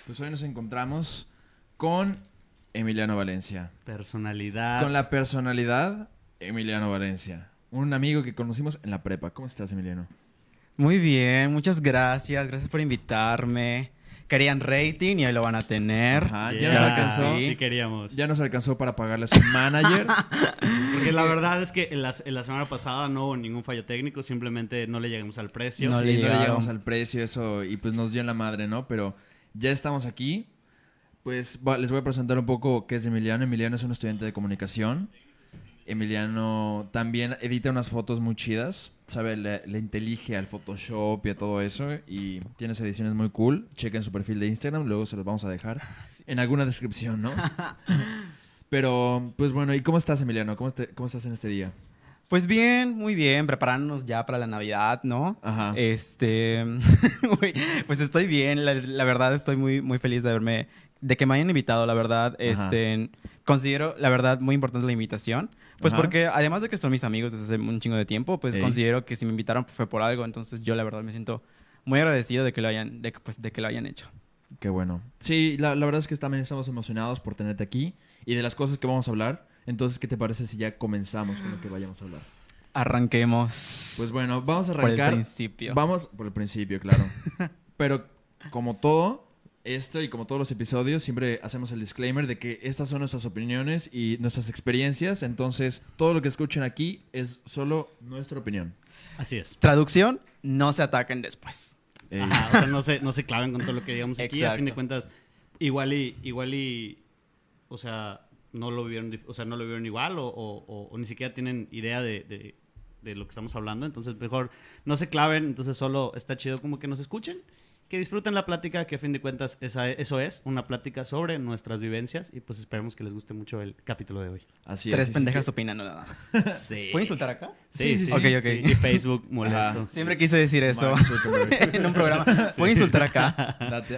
Pues hoy nos encontramos con Emiliano Valencia. Personalidad. Con la personalidad Emiliano Valencia. Un amigo que conocimos en la prepa. ¿Cómo estás, Emiliano? Muy bien, muchas gracias. Gracias por invitarme. Querían rating y ahí lo van a tener. Ajá, Yeah. ya nos alcanzó. Sí, queríamos. Ya nos alcanzó para pagarle a su manager. Porque la verdad es que en la semana pasada no hubo ningún fallo técnico, simplemente no le llegamos al precio. No Sí, le no le llegaron. llegamos al precio, eso, y pues nos dio en la madre, ¿no? Pero ya estamos aquí. Pues les voy a presentar un poco qué es Emiliano. Emiliano es un estudiante de comunicación. Emiliano también edita unas fotos muy chidas. Sabe, le intelige al Photoshop y a todo eso. Y tiene ediciones muy cool. Chequen su perfil de Instagram. Luego se los vamos a dejar en alguna descripción, ¿no? Pero, pues bueno, ¿y cómo estás, Emiliano? ¿Cómo estás en este día? Pues bien, muy bien, preparándonos ya para la Navidad, ¿no? Ajá. Uy, pues estoy bien, la verdad estoy muy, muy feliz de que me hayan invitado, la verdad. Ajá. Considero, la verdad, muy importante la invitación. Pues Ajá. porque además de que son mis amigos desde hace un chingo de tiempo, pues Ey. considero que si me invitaron fue por algo. Entonces yo la verdad me siento muy agradecido de que lo hayan hecho. Qué bueno. Sí, la verdad es que también estamos emocionados por tenerte aquí y de las cosas que vamos a hablar. Entonces, ¿qué te parece si ya comenzamos con lo que vayamos a hablar? Arranquemos. Pues bueno, vamos a por el arrancar. principio. Vamos por el principio, claro. Pero como todo, esto y como todos los episodios, siempre hacemos el disclaimer de que estas son nuestras opiniones y nuestras experiencias. Entonces, todo lo que escuchen aquí es solo nuestra opinión. Así es. Traducción, no se ataquen después. Ajá, o sea, no se claven con todo lo que digamos aquí. A fin de Exacto. cuentas, igual y o sea, no lo vieron igual o ni siquiera tienen idea de lo que estamos hablando. Entonces, mejor no se claven. Entonces, solo está chido como que nos escuchen, que disfruten la plática, que a fin de cuentas eso es una plática sobre nuestras vivencias. Y pues esperemos que les guste mucho el capítulo de hoy. Así es. Tres Así pendejas que- opinando nada más. Sí. ¿Puedo insultar acá? Sí, sí, sí. Ok, ok. Y Facebook molesto. Ajá. Siempre quise decir eso Mark Zuckerberg. en un programa. ¿Puedo insultar acá? Date.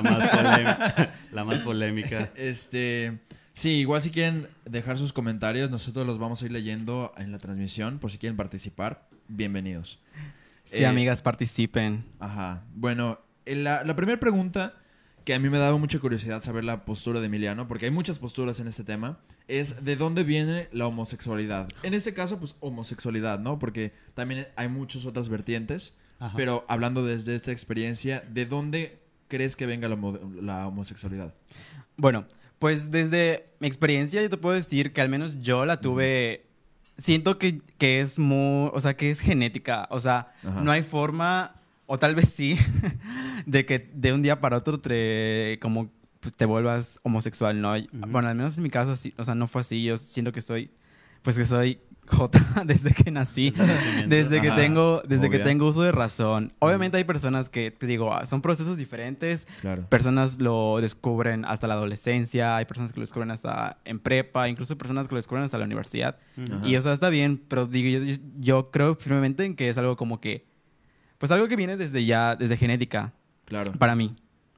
La más polémica. Sí, igual si quieren dejar sus comentarios, nosotros los vamos a ir leyendo en la transmisión. Por si quieren participar, bienvenidos. Sí, amigas, participen. Ajá. Bueno, la primera pregunta que a mí me daba mucha curiosidad saber la postura de Emiliano, porque hay muchas posturas en este tema, es ¿de dónde viene la homosexualidad? En este caso, pues homosexualidad, ¿no? Porque también hay muchas otras vertientes, Ajá. pero hablando desde esta experiencia, ¿de dónde crees que venga la homosexualidad? Bueno, pues desde mi experiencia yo te puedo decir que al menos yo la tuve. Siento que es muy, o sea, que es genética. O sea, Ajá. no hay forma, o tal vez sí, de que de un día para otro como pues, te vuelvas homosexual, ¿no? Bueno, al menos en mi caso, sí, o sea, no fue así. Yo siento que soy J desde que nací, desde que Ajá, tengo obvio. uso de razón. Obviamente hay personas que, te digo, son procesos diferentes. Claro. Personas lo descubren hasta la adolescencia, hay personas que lo descubren hasta en prepa, incluso personas que lo descubren hasta la universidad. Ajá. Y, o sea, está bien, pero digo, yo creo firmemente en que es algo como que, pues algo que viene desde genética, Claro. para mí.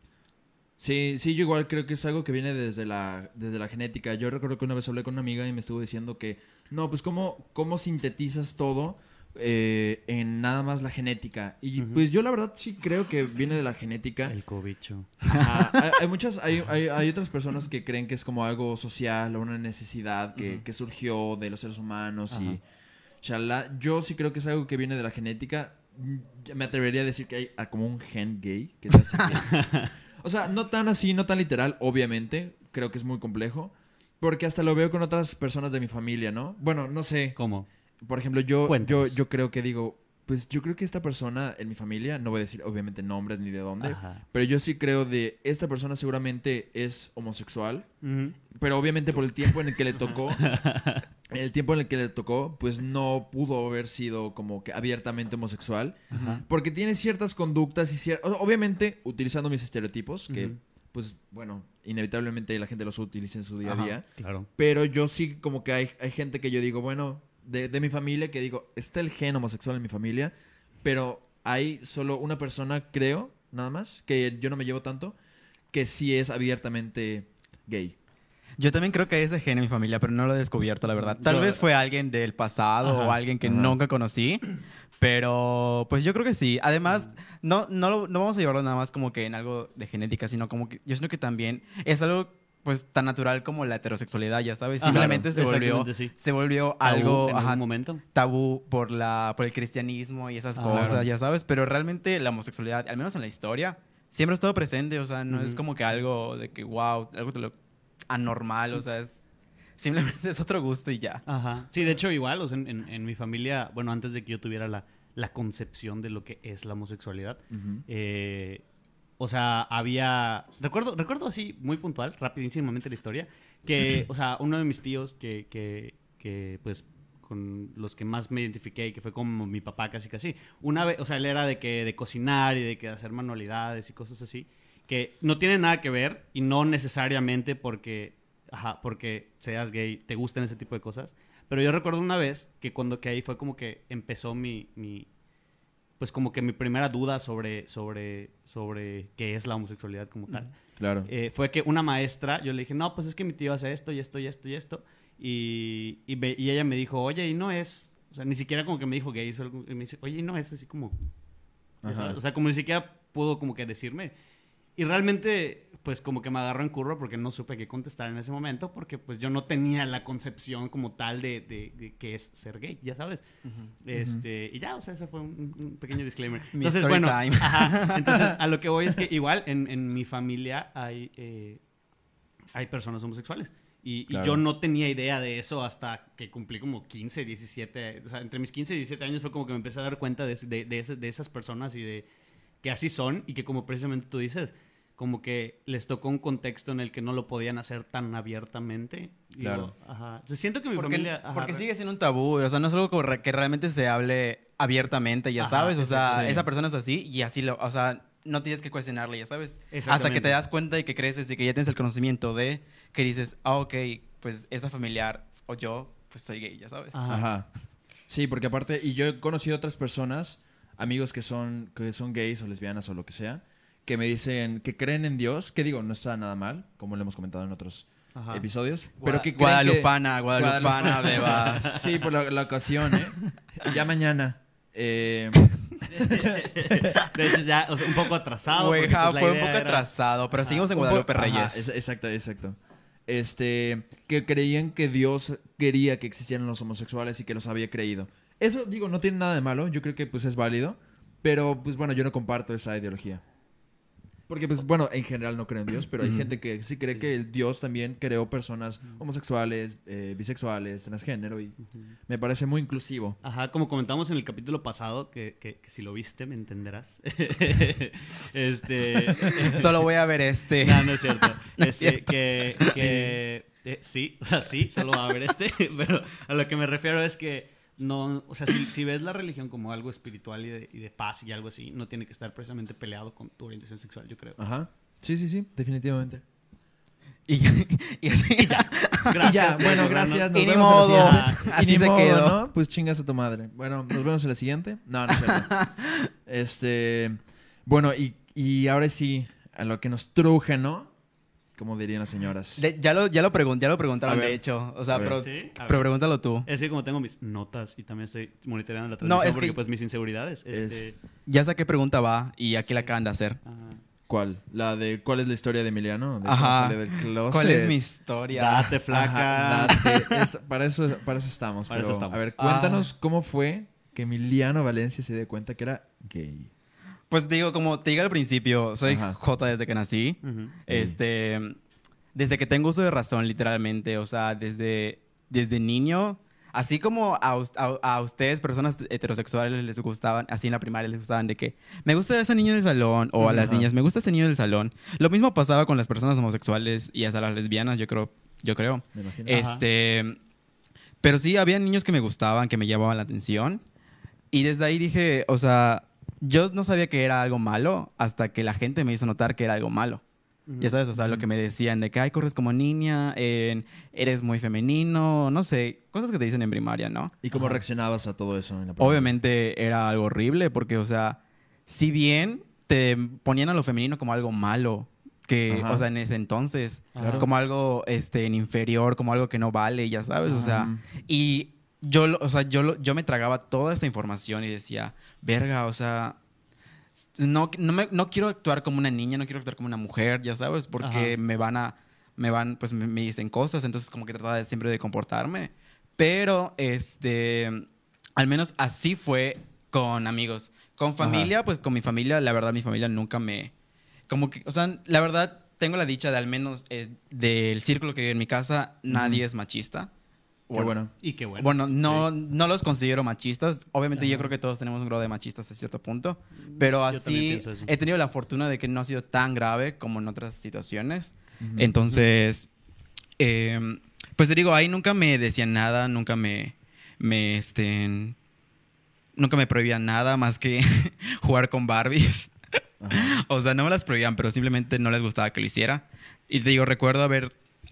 Sí, yo igual creo que es algo que viene desde la genética. Yo recuerdo que una vez hablé con una amiga y me estuvo diciendo que, no, pues cómo sintetizas todo en nada más la genética. Y pues yo la verdad sí creo que viene de la genética. El cobicho. Ajá. Hay otras personas que creen que es como algo social o una necesidad que surgió de los seres humanos Ajá. y shalala. Yo sí creo que es algo que viene de la genética. Me atrevería a decir que hay como un gen gay que te hace gay. O sea, no tan así, no tan literal, obviamente. Creo que es muy complejo. Porque hasta lo veo con otras personas de mi familia, ¿no? Bueno, no sé. ¿Cómo? Por ejemplo, yo Cuéntanos. creo que digo... Pues yo creo que esta persona en mi familia... No voy a decir obviamente nombres ni de dónde. Ajá. Pero yo sí creo de... Esta persona seguramente es homosexual. Ujú. Pero obviamente por el tiempo en el que le tocó... el tiempo en el que le tocó... Pues no pudo haber sido como que abiertamente homosexual. Ajá. Porque tiene ciertas conductas y obviamente utilizando mis estereotipos, que Ujú. pues bueno, inevitablemente la gente los utiliza en su día a Ajá, día. claro. Pero yo sí como que hay gente que yo digo, bueno, de mi familia que digo, está el gen homosexual en mi familia, pero hay solo una persona, creo, nada más, que yo no me llevo tanto, que sí es abiertamente gay. Yo también creo que hay ese gen en mi familia, pero no lo he descubierto, la verdad. Tal Yo- vez fue alguien del pasado Ajá, o alguien que ajá. nunca conocí, pero pues yo creo que sí. Además, no vamos a llevarlo nada más como que en algo de genética, sino como que yo siento que también es algo pues tan natural como la heterosexualidad, ya sabes. Ajá, Simplemente exactamente, sí. se volvió Tabú algo en ajá, algún momento. tabú por el cristianismo y esas Ah, cosas, claro. ya sabes. Pero realmente la homosexualidad, al menos en la historia, siempre ha estado presente. O sea, no es Ujú. como que algo de que, wow, algo de lo anormal. O sea, simplemente es otro gusto y ya. Ajá. Sí, de hecho, igual, o sea, en mi familia, bueno, antes de que yo tuviera la concepción de lo que es la homosexualidad, Ujú. o sea, había... Recuerdo así, muy puntual, rapidísimamente la historia, que, o sea, uno de mis tíos que pues, con los que más me identifiqué y que fue como mi papá casi casi, una vez, o sea, él era de cocinar y de que hacer manualidades y cosas así, que no tiene nada que ver y no necesariamente porque seas gay, te gusten ese tipo de cosas. Pero yo recuerdo una vez que ahí fue como que empezó pues como que mi primera duda sobre qué es la homosexualidad como tal. Claro. Fue que una maestra, yo le dije, no, pues es que mi tío hace esto y esto y esto y esto. Y ella me dijo, oye, y no es, o sea, ni siquiera como que me dijo gay, solo me dice, oye, y no es así como, ya Ajá. sabes, o sea, como ni siquiera pudo como que decirme. Y realmente, pues como que me agarró en curva porque no supe qué contestar en ese momento, porque pues yo no tenía la concepción como tal de qué es ser gay, ya sabes. Y ya, o sea, ese fue un pequeño disclaimer. Mi Entonces, story bueno, time. ajá, entonces a lo que voy es que igual en mi familia hay personas homosexuales. Y Claro. yo no tenía idea de eso hasta que cumplí como 15, 17. O sea, entre mis 15 y 17 años fue como que me empecé a dar cuenta de esas personas y de que así son y que como precisamente tú dices, como que les tocó un contexto en el que no lo podían hacer tan abiertamente. Claro. Ajá. O sea, siento que mi Porque, familia... ajá, porque sigue siendo un tabú, o sea, no es algo que realmente se hable abiertamente, ya Ajá, sabes, o sea, exacto, sí. esa persona es así y así o sea, no tienes que cuestionarle, ya sabes, hasta que Exactamente. te das cuenta y que creces y que ya tienes el conocimiento de que dices, ok, pues esta familiar o yo, pues soy gay, ya sabes. Ajá. Ajá. Sí, porque aparte, y yo he conocido otras personas, amigos que son gays o lesbianas o lo que sea, que me dicen que creen en Dios, que digo, no está nada mal, como lo hemos comentado en otros Ajá. episodios, pero que creen Guadalupana, que... Guadalupana, bebas. Sí, por la ocasión, ¿eh? Ya mañana. De hecho, ya, o sea, un poco atrasado. Güey, porque, ja, pues, la fue un idea poco era- atrasado, pero Ajá. seguimos en Un Guadalupe ajá, Reyes. exacto, exacto. Que creían que Dios quería que existieran los homosexuales y que los había creído. Eso, digo, no tiene nada de malo. Yo creo que, pues, es válido. Pero, pues, bueno, yo no comparto esa ideología. Porque, pues, bueno, en general no creo en Dios, pero hay Ujú. gente que sí cree que el Dios también creó personas homosexuales, bisexuales, transgénero, y me parece muy inclusivo. Ajá, como comentamos en el capítulo pasado, que si lo viste me entenderás. Solo voy a ver este. No, no es cierto. No es cierto. Sí, o sea, sí, solo va a haber pero a lo que me refiero es que no, o sea, si ves la religión como algo espiritual y de paz y algo así, no tiene que estar precisamente peleado con tu orientación sexual, yo creo. Ajá. Sí, sí, sí, definitivamente. Y así. Gracias. Ya, bueno, Fernando. gracias. Nos Y ni vemos en la modo. siguiente. Así Y ni se modo, quedó. ¿no? Pues chingas a tu madre. Bueno, nos vemos en la siguiente. No, no es cierto. Bueno, y ahora sí, a lo que nos truje, ¿no? Como dirían las señoras. Ya lo preguntaron, A ver. de hecho. O sea, A ver. pero, Sí, a ver. pero pregúntalo tú. Es que como tengo mis notas y también estoy monitoreando la No, transmisión es porque que- pues mis inseguridades. Ya sé qué pregunta va y aquí la acaban de hacer. Ajá. ¿Cuál? ¿La de cuál es la historia de Emiliano? ¿De cómo Ajá. sale del closet? ¿Cuál es mi historia? Date flaca. Ajá, date. Para eso estamos. Para eso pero, estamos. A ver, cuéntanos cómo fue que Emiliano Valencia se dio cuenta que era gay. Pues digo, como te dije al principio, soy Ajá. J desde que nací. Ujú. Desde que tengo uso de razón, literalmente. O sea, desde niño. Así como a ustedes, personas heterosexuales, les gustaban, así en la primaria les gustaban de que me gusta ese niño del salón, o a las Ajá. niñas, me gusta ese niño del salón. Lo mismo pasaba con las personas homosexuales y hasta las lesbianas, yo creo. Me imagino. Ajá. Pero sí, había niños que me gustaban, que me llamaban la atención. Y desde ahí dije, o sea, yo no sabía que era algo malo hasta que la gente me hizo notar que era algo malo. Ujú. Ya sabes, o sea, lo que me decían de que, ay, corres como niña, eres muy femenino, no sé, cosas que te dicen en primaria, ¿no? ¿Y cómo Ajá. reaccionabas a todo eso en la primaria? Obviamente era algo horrible porque, o sea, si bien te ponían a lo femenino como algo malo, que, Ajá. o sea, en ese entonces, Claro. como algo inferior, como algo que no vale, ya sabes, o sea, Ajá. y yo me tragaba toda esa información y decía, verga, o sea, no quiero actuar como una niña, no quiero actuar como una mujer, ya sabes, porque Ajá. pues me dicen cosas, entonces como que trataba siempre de comportarme, pero al menos así fue con amigos. Con familia, pues con mi familia, la verdad, mi familia nunca como que, o sea, la verdad, tengo la dicha de al menos del círculo que vive en mi casa, nadie es machista. Qué bueno. Y qué bueno. Bueno, no, Sí. no los considero machistas. Obviamente yo Ajá. creo que todos tenemos un grado de machistas a cierto punto. Pero Yo también así pienso eso. he tenido la fortuna de que no ha sido tan grave como en otras situaciones. Ujú. Entonces, pues te digo, ahí nunca me decían nada, nunca nunca me prohibían nada más que jugar con Barbies. Ajá. O sea, no me las prohibían, pero simplemente no les gustaba que lo hiciera. Y te digo, recuerdo haber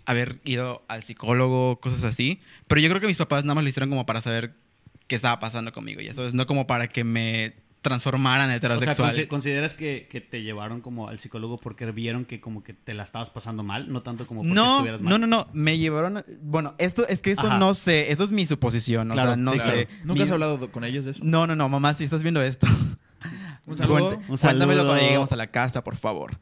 ido al psicólogo, cosas así. Pero yo creo que mis papás nada más lo hicieron como para saber qué estaba pasando conmigo, ya sabes, no como para que me transformaran en O sea, heterosexual. ¿consideras que te llevaron como al psicólogo porque vieron que como que te la estabas pasando mal? No tanto como porque No, estuvieras mal. no, me llevaron... Bueno, esto Ajá. no sé, esto es mi suposición, o Claro, sea, no sí, sé. claro. ¿Nunca has hablado con ellos de eso? No, mamá, si estás viendo esto, Un saludo. Un cuéntamelo saludo. cuando lleguemos a la casa, por favor.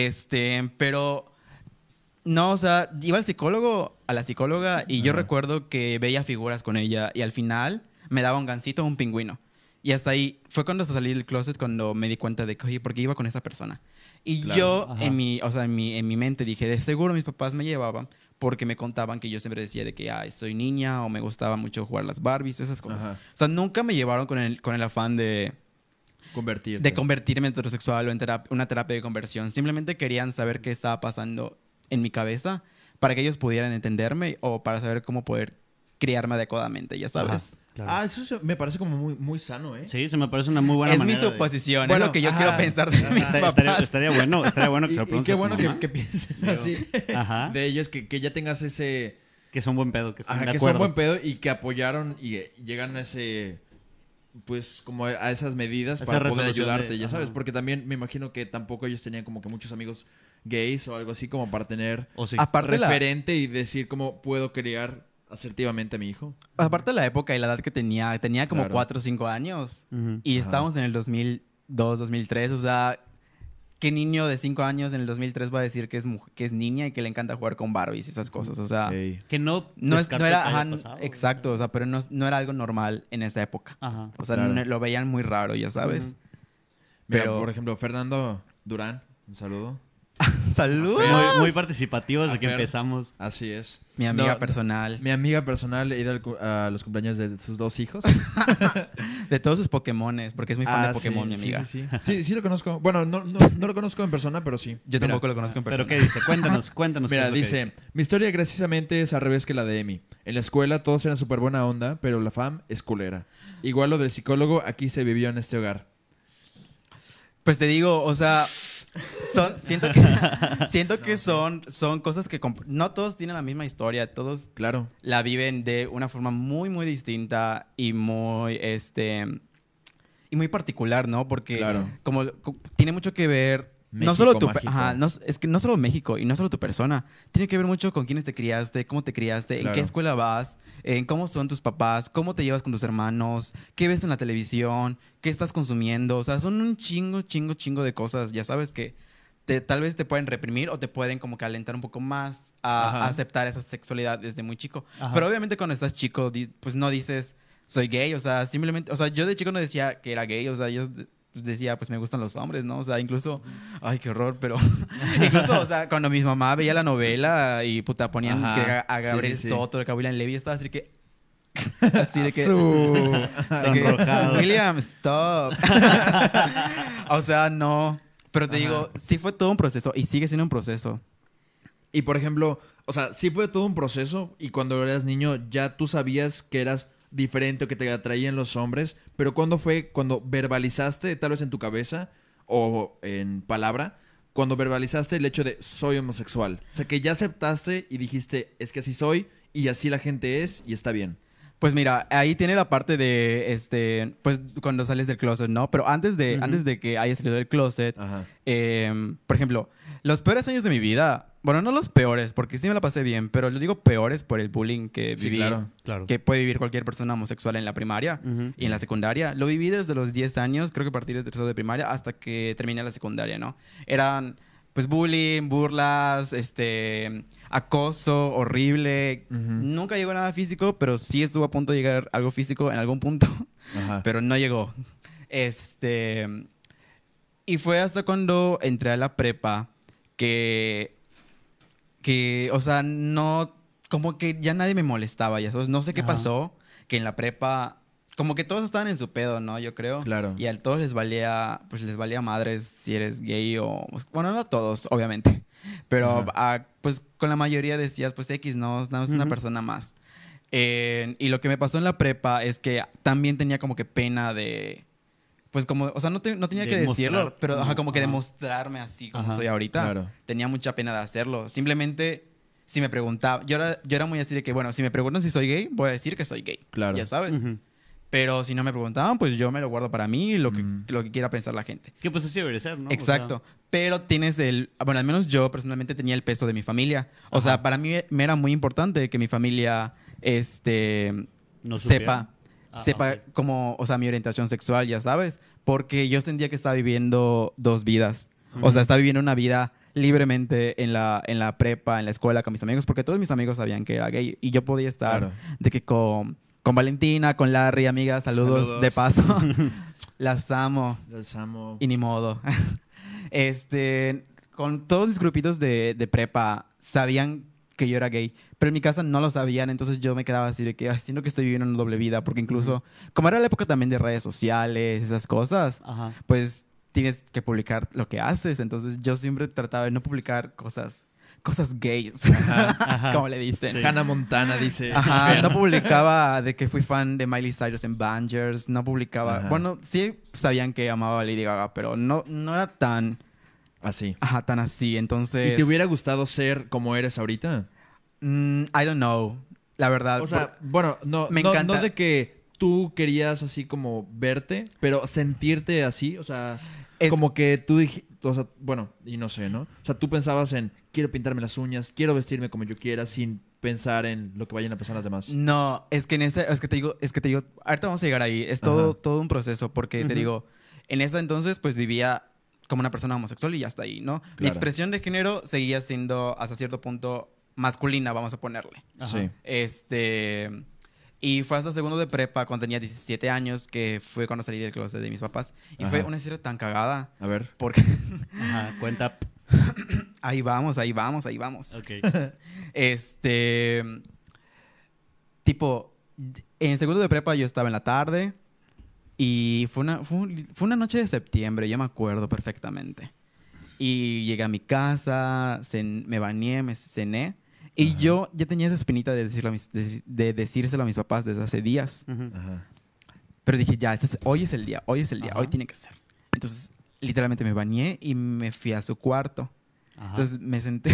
Pero... No, o sea, iba a la psicóloga, y yo Ajá. recuerdo que veía figuras con ella, y al final me daba un gansito o un pingüino. Y hasta ahí fue cuando salí del closet, cuando me di cuenta de que, oye, ¿por qué iba con esa persona? Y Claro. yo, Ajá. en mi mente dije, de seguro mis papás me llevaban porque me contaban que yo siempre decía de que, ay, soy niña, o me gustaba mucho jugar las Barbies, esas cosas. Ajá. O sea, nunca me llevaron con el afán de convertirme en heterosexual o en una terapia de conversión. Simplemente querían saber qué estaba pasando en mi cabeza para que ellos pudieran entenderme o para saber cómo poder criarme adecuadamente, ya sabes. Ajá, claro. Ah, me parece como muy, muy sano, ¿eh? Sí, se me parece una muy buena Es mi manera de- suposición, Bueno, es lo que yo ajá. quiero pensar de mis papás. Estaría bueno que se lo Y pronuncie qué a tu bueno mamá. que pienses Digo, así ajá. de ellos, que ya tengas ese... Que son buen pedo, que están Ajá, de que son acuerdo. buen pedo y que apoyaron y llegan a ese... Pues como a esas medidas Esa para poder resolución ayudarte, de- ya sabes. ajá. Porque también me imagino que tampoco ellos tenían como que muchos amigos gays o algo así como para tener O sí. Aparte referente y decir cómo puedo criar asertivamente a mi hijo. Aparte la época y la edad que tenía como Claro. 4 o 5 años. Ujú. Y Ajá. estábamos en el 2002, 2003. O sea, ¿qué niño de 5 años en el 2003 va a decir que es niña y que le encanta jugar con Barbies y esas cosas? O sea, Ey. Que no no descarto era... que haya ajá, pasado, exacto, o sea, pero no era algo normal en esa época. Ajá. O sea, Claro. lo veían muy raro, ya sabes. Ujú. Mira, Pero- por ejemplo, Fernando Durán, un saludo. ¡Saludos! Muy participativos A desde que Fer. empezamos. Así es. Mi amiga No, personal. Mi amiga personal he ido a los cumpleaños de sus 2 hijos. De todos sus Pokémones, porque es muy fan de Pokémon, mi sí, amiga. Sí, sí lo conozco. Bueno, no lo conozco en persona, pero sí. Yo Mira, tampoco lo conozco en persona. ¿Pero qué dice? Cuéntanos. Mira, qué es lo que dice, mi historia graciosamente es al revés que la de Emi. En la escuela todos eran súper buena onda, pero la fam es culera. Igual lo del psicólogo aquí se vivió en este hogar. Pues te digo, o sea, siento que son cosas que no todos tienen la misma historia, todos Claro. la viven de una forma muy, muy distinta y muy, y muy particular, ¿no? Porque Claro. tiene mucho que ver, no México solo mágico. es que no solo México y no solo tu persona, tiene que ver mucho con quiénes te criaste, cómo te criaste, en Claro. qué escuela vas, en cómo son tus papás, cómo te llevas con tus hermanos, qué ves en la televisión, qué estás consumiendo, o sea, son un chingo de cosas, ya sabes que tal vez te pueden reprimir o te pueden como que alentar un poco más Ajá. a aceptar esa sexualidad desde muy chico. Ajá. Pero obviamente cuando estás chico, pues no dices, soy gay, o sea, simplemente, o sea, yo de chico no decía que era gay, o sea, yo decía, pues me gustan los hombres, ¿no? O sea, incluso, ay, qué horror, pero incluso, o sea, cuando mi mamá veía la novela y puta ponían Ajá. que a Sí, Gabriel sí, sí. Soto, a William Levy, estaba así que... Así de que... Sonrojado. William, stop. O sea, no. Pero te Ajá. digo, sí fue todo un proceso y sigue siendo un proceso. Y por ejemplo, o sea, sí fue todo un proceso y cuando eras niño ya tú sabías que eras diferente o que te atraían los hombres, pero ¿cuándo fue cuando verbalizaste, tal vez en tu cabeza o en palabra, cuando verbalizaste el hecho de soy homosexual? O sea, que ya aceptaste y dijiste, es que así soy y así la gente es y está bien. Pues mira, ahí tiene la parte de, pues cuando sales del closet, ¿no? Pero antes de que hayas salido del closet, Ajá. por ejemplo, los peores años de mi vida, bueno, no los peores, porque sí me la pasé bien, pero lo digo peores por el bullying que Sí, viví, Claro. que puede vivir cualquier persona homosexual en la primaria Ujú. y en la secundaria. Lo viví desde los 10 años, creo que a partir de tercero de primaria, hasta que terminé la secundaria, ¿no? Eran, pues, bullying, burlas, acoso horrible. Ujú. Nunca llegó a nada físico, pero sí estuvo a punto de llegar algo físico en algún punto, Ajá. pero no llegó. Y fue hasta cuando entré a la prepa que, o sea, no, como que ya nadie me molestaba, ya sabes, no sé qué Ajá. pasó, que en la prepa, como que todos estaban en su pedo, ¿no? Yo creo. Claro. Y a todos les valía, pues les valía madres si eres gay o, bueno, no a todos, obviamente, pero pues con la mayoría decías, pues X, no es una Ujú. persona más. Y lo que me pasó en la prepa es que también tenía como que pena de... Pues como, o sea, no tenía De que decirlo, mostrar, pero ¿no? como que Ajá. demostrarme así como Ajá. soy ahorita. Claro. Tenía mucha pena de hacerlo. Simplemente, si me preguntaba, yo era muy así de que, bueno, si me preguntan si soy gay, voy a decir que soy gay. Claro. Ya sabes. Ujú. Pero si no me preguntaban, pues yo me lo guardo para mí y lo que quiera pensar la gente. Que pues así debería ser, ¿no? O Exacto. Pero tienes bueno, al menos yo personalmente tenía el peso de mi familia. O Ajá. sea, para mí me era muy importante que mi familia, No sepa, supiera. Ok. como, o sea, mi orientación sexual, ya sabes. Porque yo sentía que estaba viviendo dos vidas. O sea, Ujú. estaba viviendo una vida libremente en la prepa, en la escuela con mis amigos, porque todos mis amigos sabían que era gay. Y yo podía estar Claro. de que con Valentina, con Larry, amigas, saludos. Saludos. De paso. Las amo. Los amo. Y ni modo. Con todos mis grupitos de prepa sabían que yo era gay, pero en mi casa no lo sabían, entonces yo me quedaba así de que "Ay, siento que estoy viviendo una doble vida", porque incluso, como era la época también de redes sociales, esas cosas, Ajá. pues tienes que publicar lo que haces, entonces yo siempre trataba de no publicar cosas gays, Ajá. como le dicen. Sí. Hannah Montana dice. Ajá, no publicaba de que fui fan de Miley Cyrus en Bangers, no publicaba... Ajá. Bueno, sí sabían que amaba a Lady Gaga, pero no era tan... Así. Ajá, tan así, entonces... ¿Y te hubiera gustado ser como eres ahorita? I don't know, la verdad. O sea, bueno, Me no encanta. de que tú querías así como verte, pero sentirte así, o sea, Es- como que tú dijiste, o sea, bueno, y no sé, ¿no? O sea, tú pensabas en, quiero pintarme las uñas, quiero vestirme como yo quiera, sin pensar en lo que vayan a pensar las demás. No, es que es que te digo, ahorita vamos a llegar ahí, es todo un proceso, porque te Ujú. digo, en ese entonces pues vivía como una persona homosexual y ya está ahí, ¿no? Mi Claro. expresión de género seguía siendo hasta cierto punto masculina, vamos a ponerle. Ajá. Sí. Y fue hasta segundo de prepa, cuando tenía 17 años, que fue cuando salí del closet de mis papás. Y fue Ajá. una historia tan cagada, A ver. porque Ajá. Cuenta. ahí vamos. Ok. Tipo, en segundo de prepa yo estaba en la tarde y fue una noche de septiembre, yo me acuerdo perfectamente. Y llegué a mi casa, me bañé, me cené. Y Ajá. yo ya tenía esa espinita de decírselo a mis papás desde hace días. Ujú. Ajá. Pero dije, ya, hoy es el día, Ajá. hoy tiene que ser. Entonces, literalmente me bañé y me fui a su cuarto. Ajá. Entonces me senté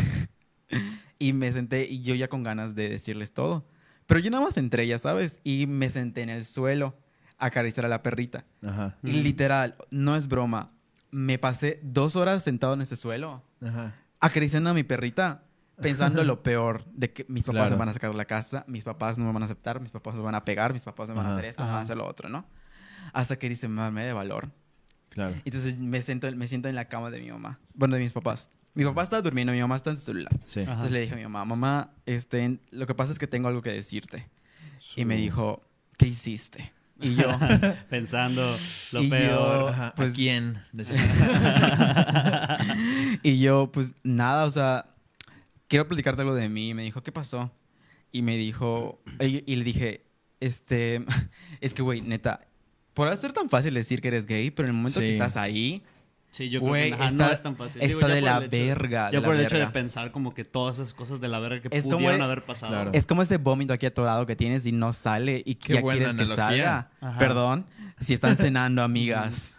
y yo ya con ganas de decirles todo. Pero yo nada más entré, ya sabes, y me senté en el suelo a acariciar a la perrita. Ajá. Y literal, no es broma, me pasé 2 horas sentado en ese suelo Ajá. acariciando a mi perrita, pensando lo peor de que mis papás Claro. me van a sacar de la casa, mis papás no me van a aceptar, mis papás me van a pegar, mis papás me van a Ajá. hacer esto, me van a Ajá. hacer lo otro, ¿no? Hasta que dice, mamá, me de valor. Claro. Entonces me siento en la cama de mi mamá, bueno, de mis papás. Mi papá estaba durmiendo, mi mamá está en su celular. Sí. Ajá. Entonces le dije a mi mamá, mamá, lo que pasa es que tengo algo que decirte. Y me dijo, ¿qué hiciste? Y yo, Pensando lo Y yo- peor. Ajá. pues- ¿A quién? Decía. pues nada, o sea, quiero platicarte algo de mí. Y me dijo, ¿qué pasó? Y me dijo, y le dije, es que, güey, neta, podrá ser tan fácil decir que eres gay, pero en el momento que Sí. estás ahí, Sí, yo güey, creo que está, no es tan fácil. está ya de por la el hecho- verga. Ya de por la el hecho de verga. pensar como que todas esas cosas de la verga que Es como pudieron el- haber pasado. Claro. Es como ese vómito aquí atorado que tienes y no sale y que Qué ya buena quieres que analogía. salga. Ajá. Perdón, si están cenando, amigas.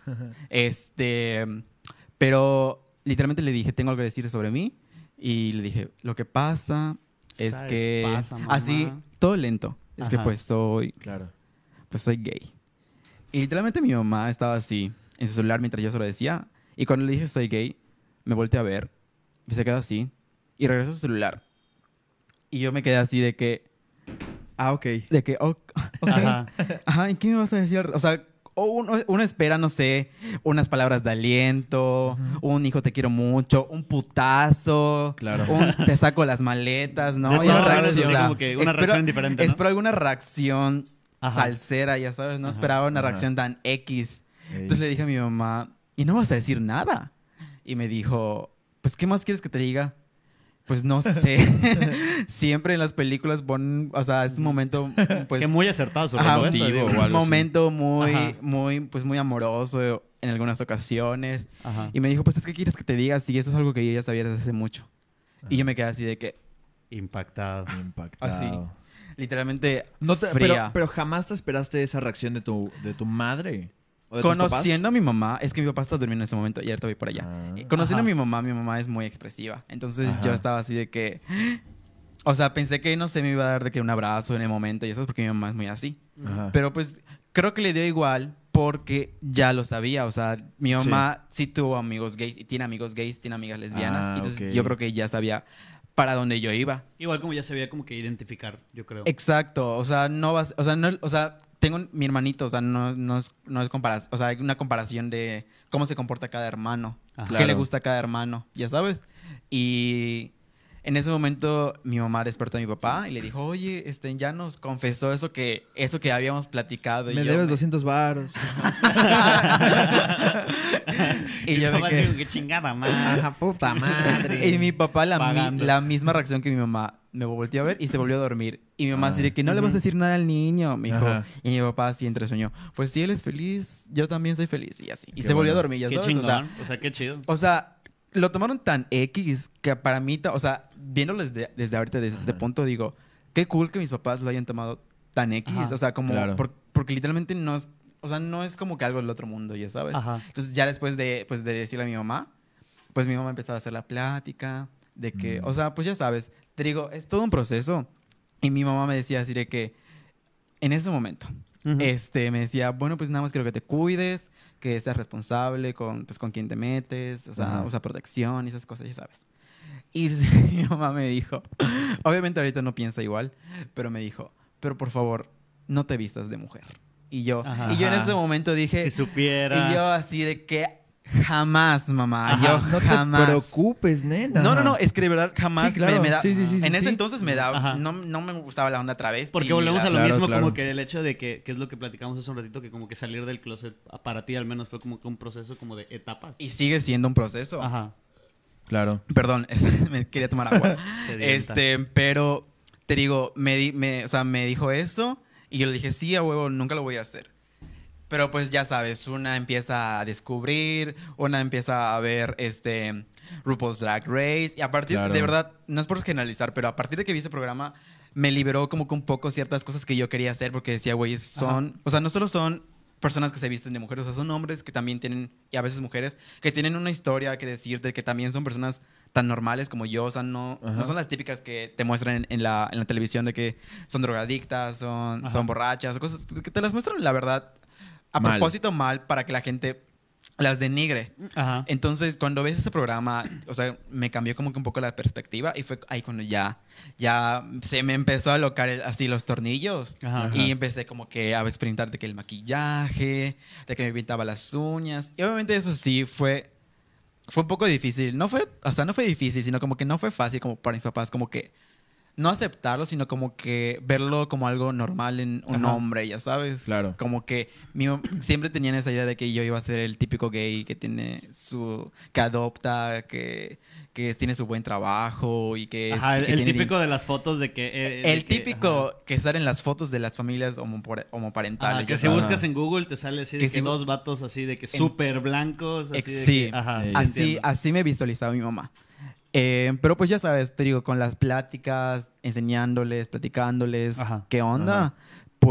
Pero literalmente le dije, tengo algo que decir sobre mí. Y le dije, lo que pasa es ¿Sabes? que... Pasa, mamá. así, todo lento. es que Ajá. pues soy gay. Y literalmente mi mamá estaba así en su celular mientras yo se lo decía. Y cuando le dije soy gay, me volteé a ver y se quedó así y regresó a su celular. Y yo me quedé así de que, Ok. ok. Ajá. Ajá, ¿y qué me vas a decir? O sea, uno espera, no sé, unas palabras de aliento, un hijo te quiero mucho, un putazo, Claro. un te saco las maletas, ¿no? De Ya todas sabes, maneras, o así sea, como que una reacción diferente, ¿no? espero alguna reacción Ajá. salsera, ya sabes, no Ajá. esperaba una Ajá. reacción tan X. Ey. Entonces le dije a mi mamá, ¿y no vas a decir nada? Y me dijo, pues, ¿qué más quieres que te diga? Pues no sé. Siempre en las películas ponen, o sea, es un momento, pues... Que muy acertado su Ajá, respuesta, emotivo digo. o un algo así. momento Ajá. muy amoroso en algunas ocasiones. Ajá. Y me dijo, pues, ¿qué quieres que te diga? Si eso es algo que yo ya sabía desde hace mucho. Y yo me quedé así de que, Impactado. Impactado. así, literalmente No te- fría. pero jamás te esperaste esa reacción de tu madre. ¿O de tus Conociendo a mi mamá, es que mi papá está durmiendo en ese momento y ahorita voy por allá. Ah. Conociendo Ajá. a mi mamá es muy expresiva. Entonces Ajá. yo estaba así de que... O sea, pensé que, no sé, me iba a dar de que un abrazo en el momento y eso es porque mi mamá es muy así. Ajá. Pero pues creo que le dio igual porque ya lo sabía. O sea, mi mamá sí, tuvo amigos gays y tiene amigos gays, tiene amigas lesbianas. Ah, Entonces ok. yo creo que ya sabía para dónde yo iba. Igual como ya se veía como que identificar, yo creo. Exacto. O sea, no vas... O sea, no, o sea, tengo mi hermanito. O sea, no es comparación. O sea, hay una comparación de cómo se comporta cada hermano. Ajá. Qué Claro. le gusta a cada hermano. Ya sabes. Y... En ese momento mi mamá despertó a mi papá y le dijo, oye, ya nos confesó eso que habíamos platicado. Y Me yo debes 200 varos. Y yo me Papá, quedé- digo, qué chingada madre. puta madre. Y mi papá, Pagando. la misma reacción que mi mamá, me volteó a ver y se volvió a dormir. Y mi mamá así de que no le Ujú. vas a decir nada al niño, me dijo. Ajá. Y mi papá así entre soñó, pues si él es feliz, yo también soy feliz. Y así. Y Qué se volvió a bueno. dormir, ya Qué sabes. chingón. O sea, qué chido. O sea, lo tomaron tan X que para mí, o sea, viéndolo desde ahorita, desde este Ajá. punto, digo, qué cool que mis papás lo hayan tomado tan X. Ajá. O sea, como, Claro. porque literalmente no es, o sea, no es como que algo del otro mundo, ya sabes. Ajá. Entonces ya después de, pues, de decirle a mi mamá, pues mi mamá empezó a hacer la plática de que, Mm. o sea, pues ya sabes, te digo, es todo un proceso. Y mi mamá me decía así de que, en ese momento, Ujú. me decía, bueno, pues nada más quiero que te cuides, que seas responsable con quién te metes, o sea, Ajá. usa protección y esas cosas, ya sabes. Y mi mamá me dijo, obviamente ahorita no piensa igual, pero me dijo, pero por favor, no te vistas de mujer. Y yo Ajá. en ese momento dije, Si supiera. y yo así de que jamás, mamá, Ajá. yo No te jamás. preocupes, nena. No, es que de verdad jamás Sí, claro. me da. Sí, sí, sí, en sí, ese sí. entonces me daba, Ajá. no me gustaba la onda travesti. Porque volvemos a lo Claro, mismo, claro. como que el hecho de que es lo que platicamos hace un ratito, que como que salir del closet para ti al menos fue como que un proceso como de etapas. Y sigue siendo un proceso. Ajá. Claro. Perdón, me quería tomar agua. Sedienta. Pero te digo, o sea, me dijo eso y yo le dije, sí, a huevo, nunca lo voy a hacer. Pero pues ya sabes, una empieza a descubrir, una empieza a ver RuPaul's Drag Race y a partir Claro. de verdad, no es por generalizar, pero a partir de que vi ese programa me liberó como que un poco ciertas cosas que yo quería hacer porque decía, güey, o sea, no solo son personas que se visten de mujeres, o sea, son hombres que también tienen, y a veces mujeres, que tienen una historia que decirte, que también son personas tan normales como yo, o sea, no Ajá. son las típicas que te muestran en la televisión de que son drogadictas, Ajá. son borrachas, o cosas que te las muestran, la verdad, a Mal. propósito mal para que la gente las denigre. Ajá. Entonces, cuando ves ese programa, o sea, me cambió como que un poco la perspectiva y fue ahí cuando ya se me empezó a alocar así los tornillos. Ajá. Y empecé como que a experimentar de que el maquillaje, de que me pintaba las uñas. Y obviamente eso sí fue un poco difícil. No fue difícil, sino como que no fue fácil como para mis papás, como que no aceptarlo, sino como que verlo como algo normal en un Ajá. hombre, ya sabes. Claro. Como que siempre tenían esa idea de que yo iba a ser el típico gay que tiene que adopta, que tiene su buen trabajo y que Ajá, que el tiene típico de las fotos de que... de el que- típico ajá. que salen en las fotos de las familias homoparentales. Ajá, que ya si sabes. buscas en Google te sale así de Que que si dos vatos así de que súper blancos. Así de sí, que, ajá, así, entiendo. así me visualizaba mi mamá. Pero pues ya sabes, te digo, con las pláticas, enseñándoles, platicándoles, Ajá. ¿qué onda? Ajá.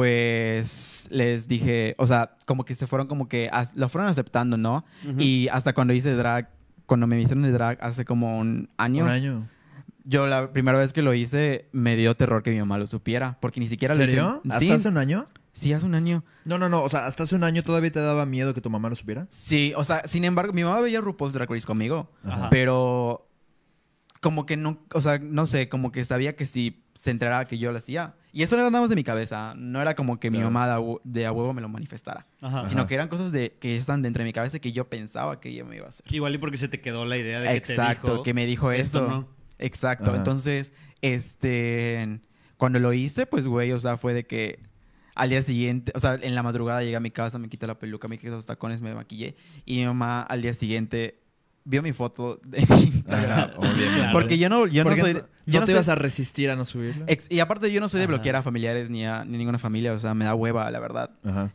Pues les dije, o sea, como que se fueron como que lo fueron aceptando, ¿no? Ujú. Y hasta cuando hice drag, cuando me hicieron el drag hace como un año, Un año. Yo la primera vez que lo hice me dio terror que mi mamá lo supiera, porque ni siquiera ¿En lo hice. serio? ¿Hasta Sí, hace un año? sí, hace un año. No, o sea, ¿hasta hace un año todavía te daba miedo que tu mamá lo supiera? Sí, o sea, sin embargo, mi mamá veía RuPaul's Drag Race conmigo, Ajá. pero como que no, o sea, no sé, como que sabía que si se enterara que yo lo hacía. Y eso no era nada más de mi cabeza, no era como que mi Claro. mamá de a huevo me lo manifestara, Ajá. sino Ajá. que eran cosas que están dentro de mi cabeza que yo pensaba que ella me iba a hacer. Igual y porque se te quedó la idea de que Exacto, te dijo, que me dijo esto eso. no. Exacto. Ajá. Entonces, cuando lo hice, pues, güey, o sea, fue de que al día siguiente, o sea, en la madrugada llegué a mi casa, me quité la peluca, me quité los tacones, me maquillé y mi mamá al día siguiente vio mi foto de Instagram. Ajá, obviamente. Claro. Porque yo no Porque soy... no yo te soy- ibas a resistir a no subirlo. y aparte yo no soy de Ajá. bloquear a familiares ni a ninguna familia, o sea, me da hueva, la verdad. Ajá.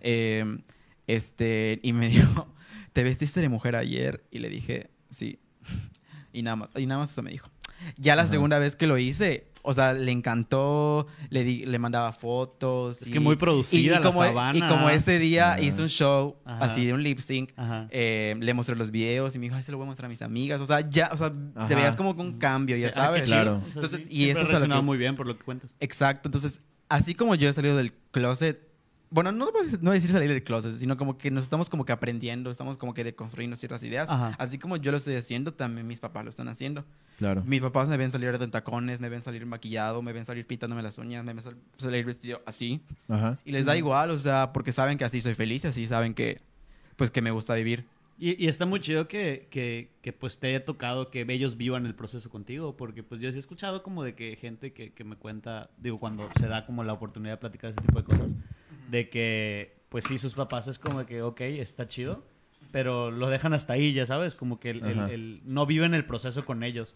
Y me dijo, ¿te vestiste de mujer ayer? Y le dije, sí. Y nada más eso me dijo. Ya la Ajá. segunda vez que lo hice, o sea, le encantó, le mandaba fotos. Es que muy producida la sabana. Y como ese día Ajá. hice un show Ajá. así de un lip sync, Ajá. le mostré los videos y me dijo, ay, se lo voy a mostrar a mis amigas. O sea, Ajá. te veías como con un cambio, ya Ah, qué sabes. chido. Claro. O sea, Entonces, sí, y siempre eso has es a lo reaccionado que- muy bien por lo que cuentas. Exacto. Entonces, así como yo he salido del closet, bueno, no voy a decir salir del closet, sino como que nos estamos como que aprendiendo, estamos como que deconstruyendo ciertas ideas. Ajá. Así como yo lo estoy haciendo, también mis papás lo están haciendo. Claro. Mis papás me ven salir de tacones, me ven salir maquillado, me ven salir pintándome las uñas, me ven salir vestido así. Ajá. Y les da igual, o sea, porque saben que así soy feliz, así saben que, pues, que me gusta vivir. Y está muy chido que pues te haya tocado que ellos vivan el proceso contigo, porque pues yo sí he escuchado como de que gente que me cuenta, digo, cuando se da como la oportunidad de platicar ese tipo de cosas, de que pues sí, sus papás es como que, ok, está chido, pero lo dejan hasta ahí, ya sabes, como que Ajá. no viven el proceso con ellos.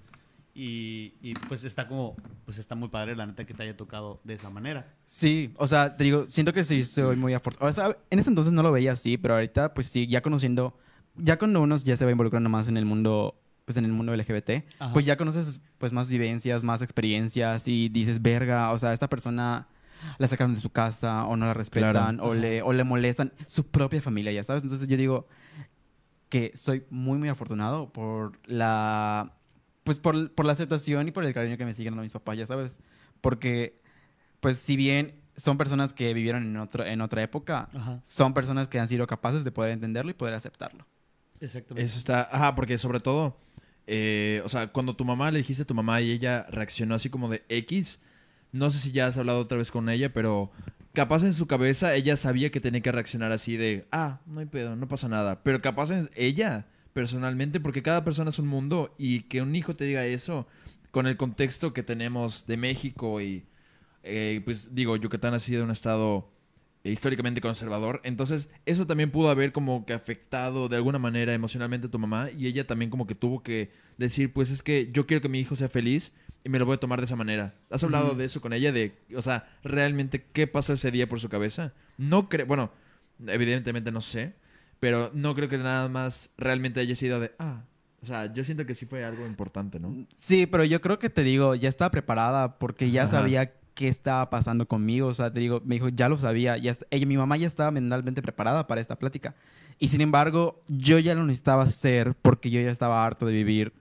Y pues está como, pues está muy padre la neta que te haya tocado de esa manera. Sí, o sea, te digo, siento que sí soy muy afortunado. O sea, en ese entonces no lo veía así, pero ahorita, pues sí, ya conociendo, ya cuando uno ya se va involucrando más en el mundo, pues en el mundo LGBT, Ajá. pues ya conoces pues más vivencias, más experiencias y dices, verga, o sea, esta persona la sacaron de su casa o no la respetan Claro. o le molestan su propia familia, ya sabes. Entonces yo digo que soy muy, muy afortunado por la, pues por la aceptación y por el cariño que me siguen dando mis papás, ya sabes. Porque, pues si bien son personas que vivieron en otra época, Ajá. son personas que han sido capaces de poder entenderlo y poder aceptarlo. Exactamente. Eso está... Ajá, porque sobre todo... o sea, cuando tu mamá le dijiste a tu mamá y ella reaccionó así como de X... No sé si ya has hablado otra vez con ella, pero... Capaz en su cabeza ella sabía que tenía que reaccionar así de... Ah, no hay pedo, no pasa nada. Pero capaz en ella, personalmente, porque cada persona es un mundo... Y que un hijo te diga eso... Con el contexto que tenemos de México y... pues digo, Yucatán ha sido un estado... históricamente conservador. Entonces, eso también pudo haber como que afectado de alguna manera emocionalmente a tu mamá. Y ella también como que tuvo que decir, pues es que yo quiero que mi hijo sea feliz y me lo voy a tomar de esa manera. ¿Has hablado Ujú. de eso con ella? De, o sea, realmente, ¿qué pasó ese día por su cabeza? No creo, bueno, evidentemente no sé, pero no creo que nada más realmente haya sido de, o sea, yo siento que sí fue algo importante, ¿no? Sí, pero yo creo que te digo, ya estaba preparada porque ya Ajá. sabía qué estaba pasando conmigo. O sea, te digo, me dijo, ya lo sabía. Mi mamá ya estaba mentalmente preparada para esta plática. Y sin embargo, yo ya lo necesitaba hacer porque yo ya estaba harto de vivir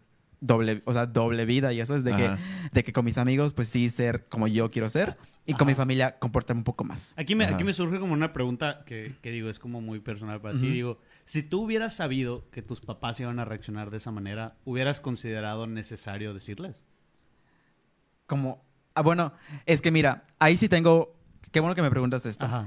doble vida, ya sabes, Ajá. de que con mis amigos, pues sí, ser como yo quiero ser. Y con Ajá. mi familia, comportarme un poco más. Aquí Ajá. me surge como una pregunta que digo, es como muy personal para ti. Ujú. Digo, si tú hubieras sabido que tus papás iban a reaccionar de esa manera, ¿hubieras considerado necesario decirles? Como, bueno, es que mira, ahí sí tengo, qué bueno que me preguntas esto. Ajá.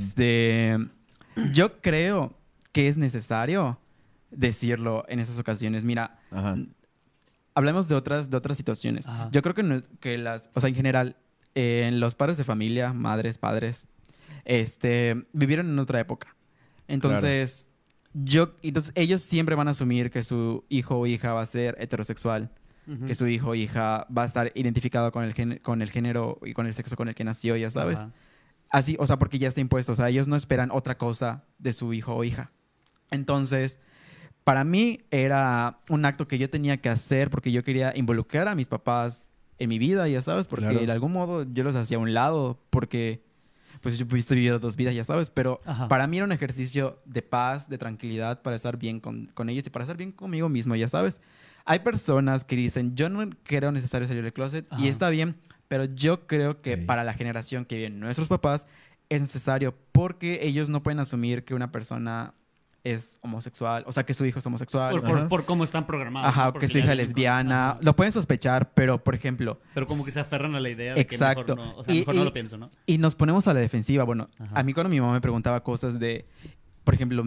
Yo creo que es necesario decirlo en esas ocasiones. Mira, Ajá. hablemos de otras situaciones. Ajá. Yo creo que o sea, en general, los padres de familia, madres, padres, vivieron en otra época. Entonces, entonces ellos siempre van a asumir que su hijo o hija va a ser heterosexual, Ujú. que su hijo o hija va a estar identificado con el género y con el sexo con el que nació, ya sabes. Ajá. Así, o sea, porque ya está impuesto. O sea, ellos no esperan otra cosa de su hijo o hija. Entonces, para mí era un acto que yo tenía que hacer porque yo quería involucrar a mis papás en mi vida, ya sabes, porque Claro. de algún modo yo los hacía a un lado, porque pues yo he vivido dos vidas, ya sabes, pero Ajá. para mí era un ejercicio de paz, de tranquilidad, para estar bien con ellos y para estar bien conmigo mismo, ya sabes. hay personas que dicen, yo no creo necesario salir del closet y está bien, pero yo creo que para la generación que viene nuestros papás es necesario porque ellos no pueden asumir que una persona es homosexual, o sea, que su hijo es homosexual. Por cómo están programados. Ajá, ¿no? que su hija es lesbiana. Lo pueden sospechar, pero, por ejemplo... Pero como que se aferran a la idea de exacto. que mejor no, o sea, mejor no lo pienso, ¿no? Y nos ponemos a la defensiva. Bueno, a mí cuando mi mamá me preguntaba cosas de, por ejemplo,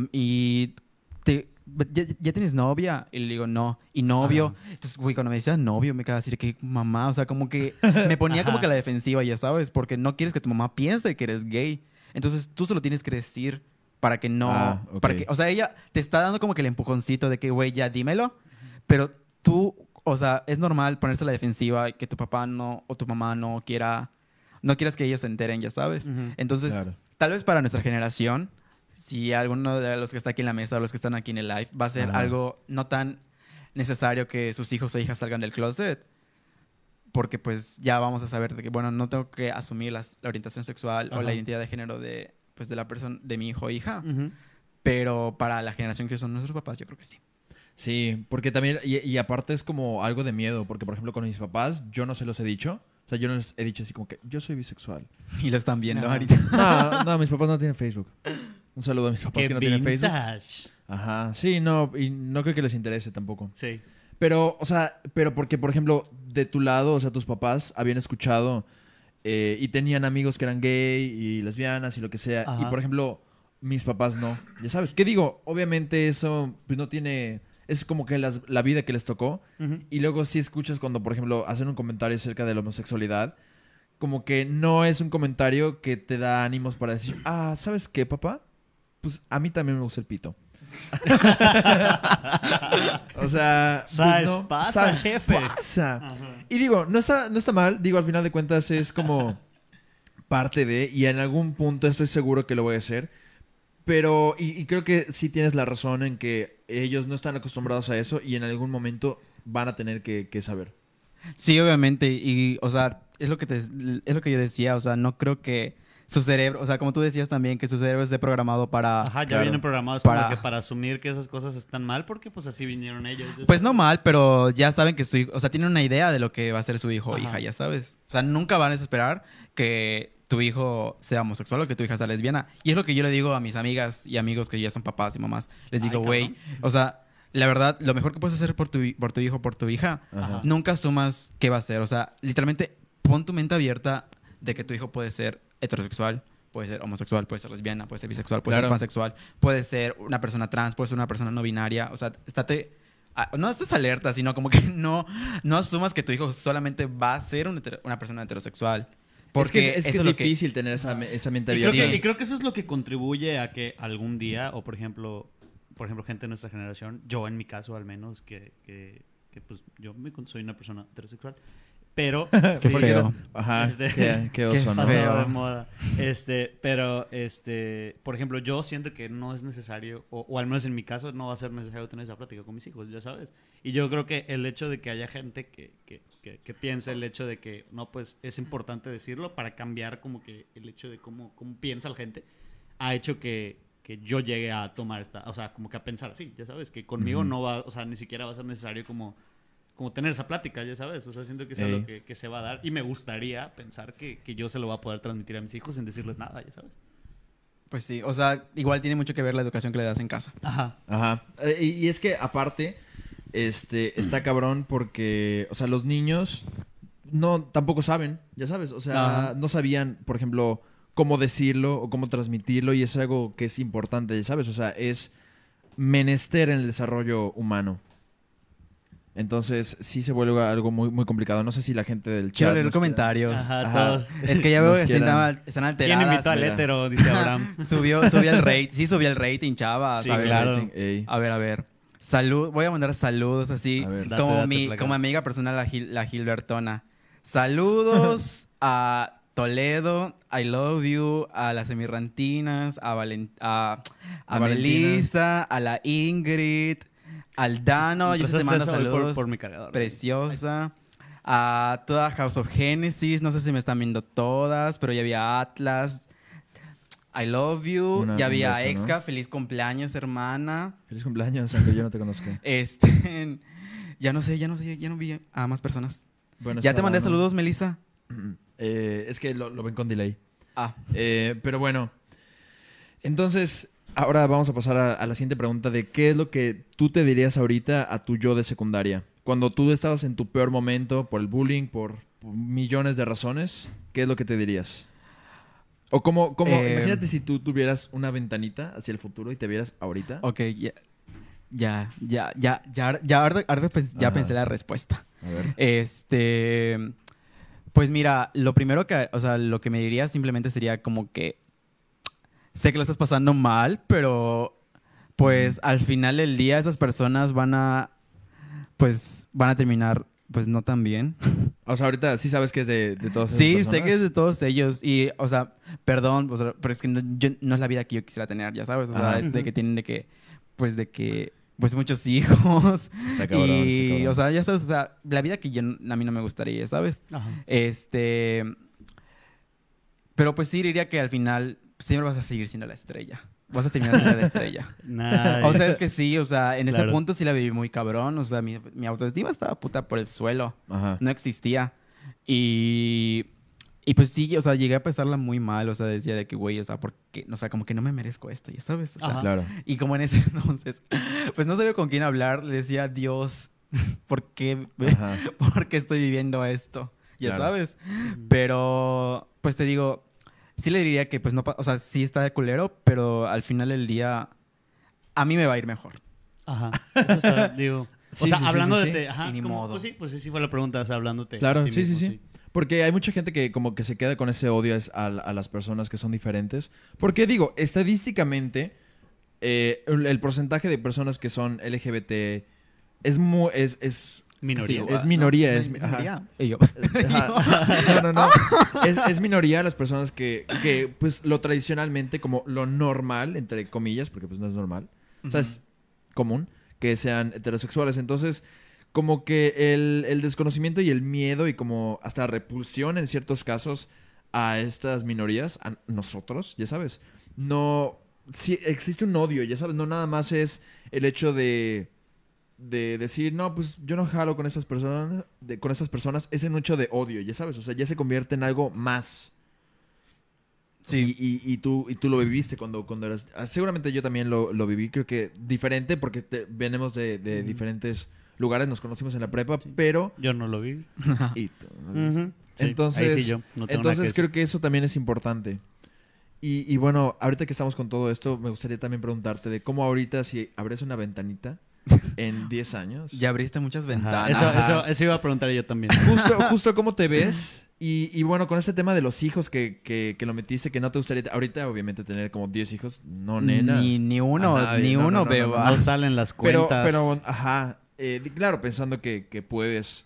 ¿ya tienes novia? Y le digo, no. ¿Y novio? Entonces, güey, cuando me decía novio, me quedaba así, que mamá, o sea, como que me ponía como que a la defensiva, ya sabes, porque no quieres que tu mamá piense que eres gay. Entonces, tú se lo tienes que decir para que no... para que, o sea, ella te está dando como que el empujoncito de que, güey, ya dímelo. Pero tú, o sea, es normal ponerse a la defensiva y que tu papá no o tu mamá no quieras que ellos se enteren, ya sabes. Entonces, tal vez para nuestra generación, si alguno de los que está aquí en la mesa o los que están aquí en el live va a ser algo no tan necesario que sus hijos o hijas salgan del closet. Porque pues ya vamos a saber de que, bueno, no tengo que asumir la orientación sexual o la identidad de género de la persona, de mi hijo o hija. Pero para la generación que son nuestros papás, yo creo que sí. Sí, porque también, y aparte es como algo de miedo, porque por ejemplo con mis papás, yo no se los he dicho. O sea, yo no les he dicho así como que yo soy bisexual. Y lo están viendo ahorita. No, mis papás no tienen Facebook. Un saludo a mis papás que no tienen Facebook. Ajá, sí, no, y no creo que les interese tampoco. Sí. Pero, o sea, porque, por ejemplo, de tu lado, o sea, tus papás habían escuchado y tenían amigos que eran gay y lesbianas y lo que sea. Ajá. Y, por ejemplo, mis papás no. Ya sabes, ¿qué digo? Obviamente eso pues, no tiene... Es como que la vida que les tocó. Y luego sí escuchas cuando, por ejemplo, hacen un comentario acerca de la homosexualidad. Como que no es un comentario que te da ánimos para decir, ¿sabes qué, papá? Pues a mí también me gusta el pito. O sea, ¿Sabes? pues no, Pasa, jefe. Pasa. Y digo, no está mal. Digo, al final de cuentas es como parte de... Y en algún punto estoy seguro que lo voy a hacer. Pero, y creo que sí tienes la razón en que ellos no están acostumbrados a eso y en algún momento van a tener que saber. Sí, obviamente. Y, o sea, es lo que yo decía. O sea, no creo que su cerebro, o sea, como tú decías también, que su cerebro esté programado para... Ajá, ya vienen programados como que para asumir que esas cosas están mal porque pues así vinieron ellos. Pues no mal, pero ya saben que su hijo, o sea, tienen una idea de lo que va a ser su hijo o hija, ya sabes. O sea, nunca van a esperar que tu hijo sea homosexual o que tu hija sea lesbiana. Y es lo que yo le digo a mis amigas y amigos que ya son papás y mamás. Les digo, güey, o sea, la verdad, lo mejor que puedes hacer por tu hijo, por tu hija, nunca asumas qué va a ser. O sea, literalmente pon tu mente abierta de que tu hijo puede ser heterosexual, puede ser homosexual, puede ser lesbiana, puede ser bisexual, puede ser pansexual, puede ser una persona trans, puede ser una persona no binaria. O sea, no estés alerta, sino como que no asumas que tu hijo solamente va a ser una persona heterosexual. Porque es difícil tener esa mente y abierta. Y creo que eso es lo que contribuye a que algún día, o por ejemplo, gente de nuestra generación, yo en mi caso al menos, que pues yo soy una persona heterosexual, pero... Qué feo. Ajá, qué oso, ¿no? Pasado de moda. Pero, por ejemplo, yo siento que no es necesario, o al menos en mi caso, no va a ser necesario tener esa plática con mis hijos, ya sabes. Y yo creo que el hecho de que haya gente que piense el hecho de que, no, pues es importante decirlo para cambiar como que el hecho de cómo piensa la gente, ha hecho que yo llegue a tomar o sea, como que a pensar así, ya sabes, que conmigo no va, o sea, ni siquiera va a ser necesario como tener esa plática, ya sabes. O sea, siento que es algo que se va a dar. Y me gustaría pensar que yo se lo voy a poder transmitir a mis hijos sin decirles nada, ya sabes. Pues sí, o sea, igual tiene mucho que ver la educación que le das en casa. Ajá. Y es que, aparte, está cabrón porque, o sea, los niños tampoco saben, ya sabes. O sea, no sabían, por ejemplo, cómo decirlo o cómo transmitirlo. Y es algo que es importante, ya sabes. O sea, es menester en el desarrollo humano. Entonces, sí se vuelve algo muy, muy complicado. No sé si la gente del chat... Quiero leer comentarios. Ajá, todos. Es que ya veo que están alteradas. ¿Quién invitó al hétero? Dice Abraham. Subió el rating. Sí, subió el rating, chava. Sí, claro. A ver. Voy a mandar saludos así. Como amiga personal, la Gilbertona. Saludos a Toledo, I love you, a las Emirrantinas, a Melissa, a la Ingrid... Aldano, yo te mando saludos. Por mi cargador. Preciosa. A toda House of Genesis. No sé si me están viendo todas, pero ya había Atlas. I love you. Ya había Exca. ¿No? Feliz cumpleaños, hermana. Feliz cumpleaños, aunque yo no te conozco. Ya no sé, ya no vi a más personas. Bueno, Ya te mandé Solano. saludos, Melissa. Es que lo ven con delay. Ah, Pero bueno, entonces, ahora vamos a pasar a la siguiente pregunta de qué es lo que tú te dirías ahorita a tu yo de secundaria. Cuando tú estabas en tu peor momento por el bullying, por millones de razones, ¿qué es lo que te dirías? O como imagínate si tú tuvieras una ventanita hacia el futuro y te vieras ahorita. ok, ya Ajá. pensé la respuesta. A ver. Pues mira, lo primero que, o sea, lo que me diría simplemente sería como que sé que lo estás pasando mal, pero pues al final del día esas personas van a terminar pues no tan bien. O sea, ahorita sí sabes que es de todas esas Sí, personas. sé que es de todos ellos y, o sea, perdón, o sea, pero es que no es la vida que yo quisiera tener, ya sabes, o sea, Ajá. es de que tienen pues muchos hijos Está cabrón, está y, cabrón. o sea, ya sabes, o sea, la vida que a mí no me gustaría, ¿sabes? Ajá. Pero pues sí diría que al final siempre vas a seguir siendo la estrella. Vas a terminar siendo la estrella. Nice. O sea, es que sí, o sea, en ese Claro. punto sí la viví muy cabrón. O sea, mi autoestima estaba puta por el suelo. Ajá. No existía. Y pues sí, o sea, llegué a pensarla muy mal. O sea, decía de que, güey, o sea, como que no me merezco esto, ya sabes. O sea, Ajá. Claro. y como en ese entonces, pues no sabía con quién hablar. Le decía, Dios, ¿por qué, Ajá. ¿por qué estoy viviendo esto? Ya Claro. sabes. Pero, pues te digo, sí le diría que, pues no, o sea, sí está de culero, pero al final del día, a mí me va a ir mejor. Ajá. Eso está, digo. Sí, o sea, sí, sí, hablando sí, de sí. te, ajá, Y ni como- modo. pues sí fue la pregunta, o sea, hablándote. Claro, a ti sí, sí, mismo, sí. Porque hay mucha gente que como que se queda con ese odio a las personas que son diferentes. Porque digo, estadísticamente, el porcentaje de personas que son LGBT es Minoría. Es minoría, ¿No? es- ¿Es ajá. minoría? Y yo. Ajá. No. Es minoría las personas que, pues, lo tradicionalmente, como lo normal, entre comillas, porque pues no es normal. O sea, es común que sean heterosexuales. Entonces, como que el desconocimiento y el miedo y como hasta repulsión en ciertos casos a estas minorías, a nosotros, ya sabes, no... Sí, existe un odio, ya sabes, no nada más es el hecho de decir, no, pues yo no jalo con esas personas, es un hecho de odio, ya sabes, o sea, ya se convierte en algo más. Sí. Y tú lo viviste cuando eras... seguramente yo también lo viví, creo que diferente, porque venimos de diferentes lugares, nos conocimos en la prepa, pero... Yo no lo vi. y tú no lo viste. Ujú. Sí, Entonces, ahí sí yo no tengo nada entonces que creo que eso también es importante. Y bueno, ahorita que estamos con todo esto, me gustaría también preguntarte de cómo ahorita, si abres una ventanita en 10 años... Ya abriste muchas decir. Ajá. ventanas. Eso iba a preguntar yo también. Justo cómo te ves. Y bueno, con este tema de los hijos que lo metiste, que no te gustaría ahorita, obviamente, tener como 10 hijos. No, nena. Ni uno, A nadie. ni No, uno, no, beba. No salen las Pero, cuentas. ajá. Claro, pensando que puedes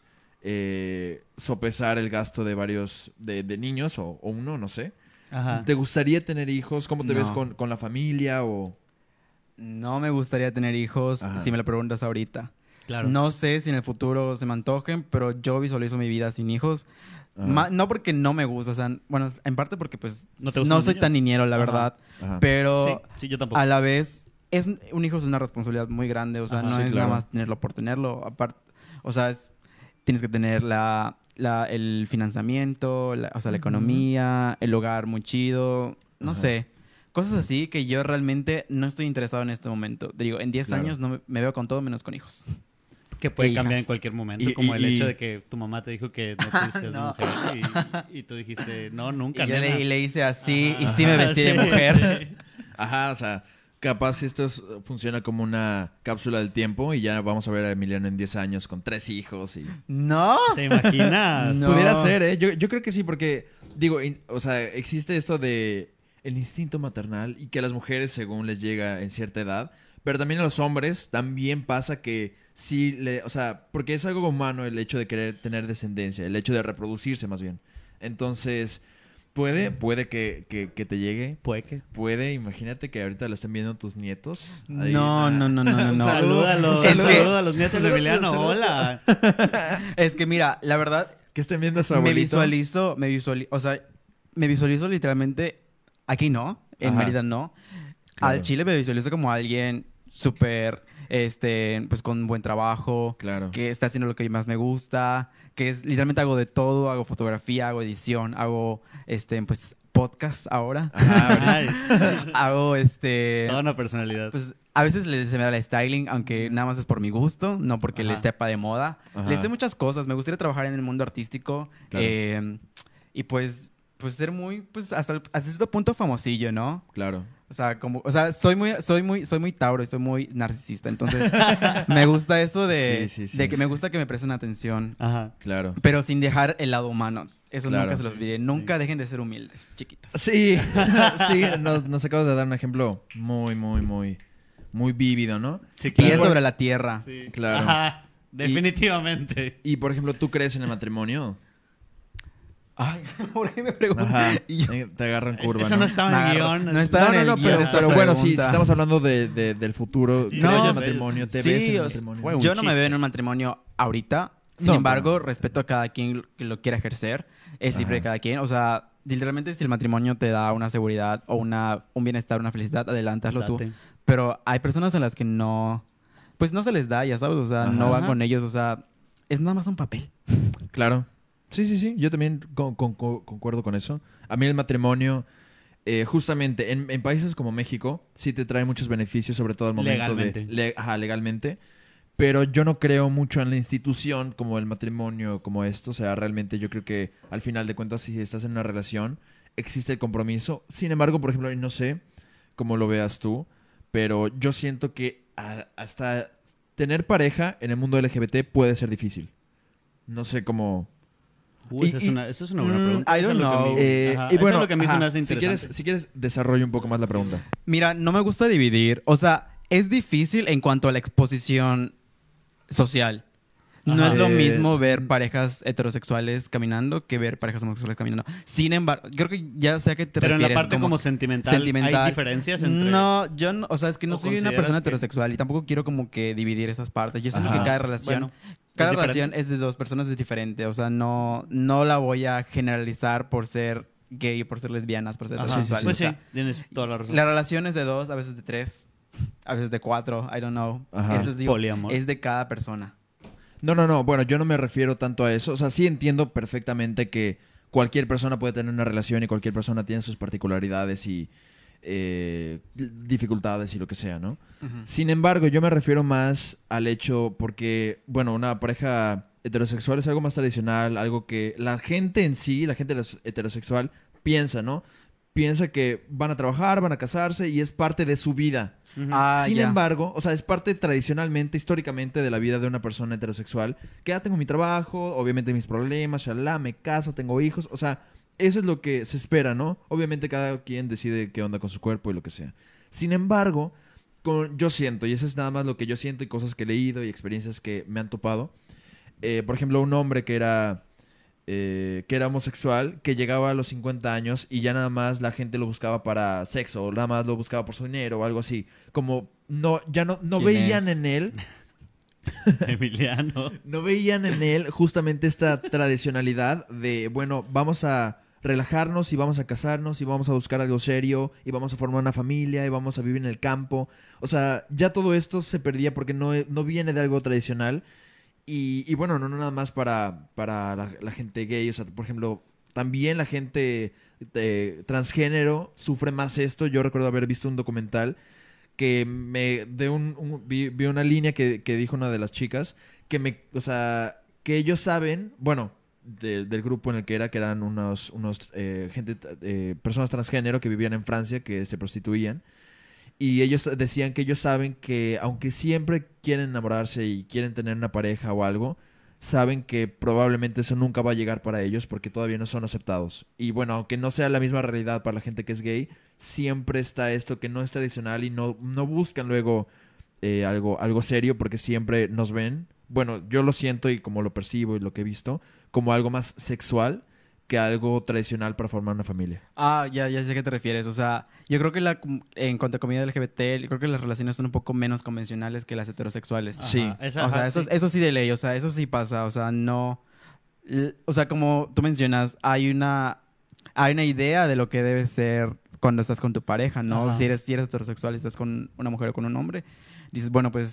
sopesar el gasto de varios de niños o uno, no sé. Ajá. ¿Te gustaría tener hijos? ¿Cómo te No. ves con la familia? O... No me gustaría tener hijos, Ajá. si me lo preguntas ahorita. Claro. No sé si en el futuro se me antojen, pero yo visualizo mi vida sin hijos. Ajá. No porque no me gusta, o sea, bueno, en parte porque pues ¿No te gustan no los soy niños? tan niñero, la Ajá. verdad. Ajá. Pero Sí, yo tampoco. a la vez, un hijo es una responsabilidad muy grande, o sea, Ajá. no Sí, es claro. nada más tenerlo por tenerlo. Aparte, o sea, tienes que tener el financiamiento, o sea, la Ujú. economía, el hogar muy chido, no Ajá. sé. Cosas así que yo realmente no estoy interesado en este momento. Te digo, en 10 Claro. años no me veo con todo menos con hijos. Que puede E cambiar hijas. en cualquier momento, Y- como el y- hecho de que tu mamá te dijo que no te vistías No. de mujer y tú dijiste, no, nunca, Y yo nena. le hice así Ajá. y sí me vestí de Sí, mujer. sí. Ajá, o sea, capaz esto funciona como una cápsula del tiempo y ya vamos a ver a Emiliano en 10 años con 3 hijos y... No. ¿Te imaginas? No. Pudiera ser, ¿eh? Yo creo que sí, porque, digo, o sea, existe esto de el instinto maternal y que a las mujeres, según les llega en cierta edad, pero también a los hombres también pasa que sí, o sea, porque es algo humano el hecho de querer tener descendencia, el hecho de reproducirse más bien. Entonces, puede que te llegue. Puede que. Puede, imagínate que ahorita lo estén viendo tus nietos. Ahí, No, no, no, no, no, Un no. saludo. Salúdalos, Es que- saluda a los nietos de Saludos, Emiliano. saludos. Hola. Es que mira, la verdad, Que estén viendo a su me abuelito. visualizo literalmente, aquí no, en Ajá. Mérida no. Claro. Al Chile me visualizo como alguien súper pues con buen trabajo, Claro. que está haciendo lo que más me gusta, que es literalmente hago de todo, hago fotografía, hago edición, hago pues podcast ahora. Ajá, Nice. Hago Toda una personalidad. pues a veces se me da el styling, aunque nada más es por mi gusto, no porque le Ajá. esté de moda. Ajá. Le sé muchas cosas, me gustaría trabajar en el mundo artístico Claro. y pues ser muy, pues hasta cierto punto famosillo, ¿no? Claro. O sea, soy muy Tauro y soy muy narcisista, entonces me gusta eso Sí, sí, sí. de que me gusta que me presten atención, Ajá. Claro. pero sin dejar el lado humano. Eso Claro. nunca se los diré. Nunca dejen de ser humildes, chiquitos. Sí, sí, nos acabas de dar un ejemplo muy vívido, ¿no? Sí, Pies claro. sobre la tierra. Sí. Claro. Ajá. Definitivamente. Y, por ejemplo, ¿tú crees en el matrimonio? Ay, ¿por qué me preguntas? Ajá. Y yo- Te agarran curva, Eso ¿no? no estaba en el guión. No estaba en el No, guión. pero bueno, sí, si pregunta. estamos hablando del futuro, Sí, ¿crees en no, el matrimonio? ¿Te Sí, ves en el o matrimonio? Fue un yo no me chiste. veo en un matrimonio ahorita. Sin No, embargo, pero- respeto a cada quien que lo quiera ejercer. Es libre de Ajá. cada quien. O sea, literalmente si el matrimonio te da una seguridad o un bienestar, una felicidad, adelante, hazlo tú. Date. Pero hay personas en las que no, pues no se les da, ya sabes. O sea, no Ajá. van con ellos. O sea, es nada más un papel. Claro. Sí, sí, sí. Yo también concuerdo con eso. A mí el matrimonio, justamente en países como México, sí te trae muchos beneficios, sobre todo al momento Legalmente. legalmente. Pero yo no creo mucho en la institución como el matrimonio, como esto. O sea, realmente yo creo que al final de cuentas, si estás en una relación, existe el compromiso. Sin embargo, por ejemplo, y no sé cómo lo veas tú, pero yo siento que hasta tener pareja en el mundo LGBT puede ser difícil. No sé cómo... Esa es una buena Mm, pregunta. I Eso es don't lo que a mí- know. ajá, y bueno, eso es lo que a mí se ajá, me hace si interesante. quieres, desarrolla un poco más la pregunta. Mira, no me gusta dividir. O sea, es difícil en cuanto a la exposición social. No Ajá. es lo mismo ver parejas heterosexuales caminando que ver parejas homosexuales caminando. Sin embargo, creo que ya sé a qué te Pero en refieres. la parte como sentimental, ¿hay diferencias entre...? No, yo no, o sea, es que no ¿O soy una consideras persona que- heterosexual y tampoco quiero como que dividir esas partes. Yo siento Ajá. que cada relación, Bueno, cada es relación diferente. es de dos personas, es diferente. O sea, no la voy a generalizar por ser gay, por ser lesbianas, por ser Ajá. heterosexual. Pues O sea, sí, tienes toda la razón. la relación es de dos, a veces de tres, a veces de cuatro, I don't know. Ajá. Eso digo, Poliamor. es de cada persona. No. Bueno, yo no me refiero tanto a eso. O sea, sí entiendo perfectamente que cualquier persona puede tener una relación y cualquier persona tiene sus particularidades y dificultades y lo que sea, ¿no? Sin embargo, yo me refiero más al hecho porque, bueno, una pareja heterosexual es algo más tradicional, algo que la gente en sí, la gente heterosexual, piensa, ¿no? Piensa que van a trabajar, van a casarse y es parte de su vida. Ujú. Ah, Sin ya. embargo, o sea, es parte tradicionalmente, históricamente de la vida de una persona heterosexual, que ya tengo mi trabajo, obviamente mis problemas, shalala, me caso, tengo hijos, o sea, eso es lo que se espera, ¿no? Obviamente cada quien decide qué onda con su cuerpo y lo que sea. Sin embargo, yo siento, y eso es nada más lo que yo siento y cosas que he leído y experiencias que me han topado, por ejemplo, un hombre que era homosexual, que llegaba a los 50 años y ya nada más la gente lo buscaba para sexo, o nada más lo buscaba por su dinero o algo así. Como ya no ¿Quién veían es? en él, Emiliano. no veían en él justamente esta tradicionalidad de, bueno, vamos a relajarnos y vamos a casarnos y vamos a buscar algo serio y vamos a formar una familia y vamos a vivir en el campo. O sea, ya todo esto se perdía porque no viene de algo tradicional. Y bueno, no nada más para la gente gay. O sea, por ejemplo, también la gente transgénero sufre más esto. Yo recuerdo haber visto un documental que vi una línea que dijo una de las chicas o sea, que ellos saben, bueno, del grupo en el que eran unos personas transgénero que vivían en Francia, que se prostituían. Y ellos decían que ellos saben que aunque siempre quieren enamorarse y quieren tener una pareja o algo, saben que probablemente eso nunca va a llegar para ellos porque todavía no son aceptados. Y bueno, aunque no sea la misma realidad para la gente que es gay, siempre está esto que no es tradicional y no buscan luego algo serio porque siempre nos ven. Bueno, yo lo siento y como lo percibo y lo que he visto, como algo más sexual que algo tradicional para formar una familia. Ah, ya sé a qué te refieres. O sea, yo creo que en cuanto a comunidad LGBT, yo creo que las relaciones son un poco menos convencionales que las heterosexuales. Sí. Ajá, esa- O sea, ajá, eso sí de ley, o sea, eso sí pasa, o sea, no... O sea, como tú mencionas, hay una idea de lo que debe ser cuando estás con tu pareja, ¿no? Ajá. Si eres heterosexual y estás con una mujer o con un hombre, dices, bueno, pues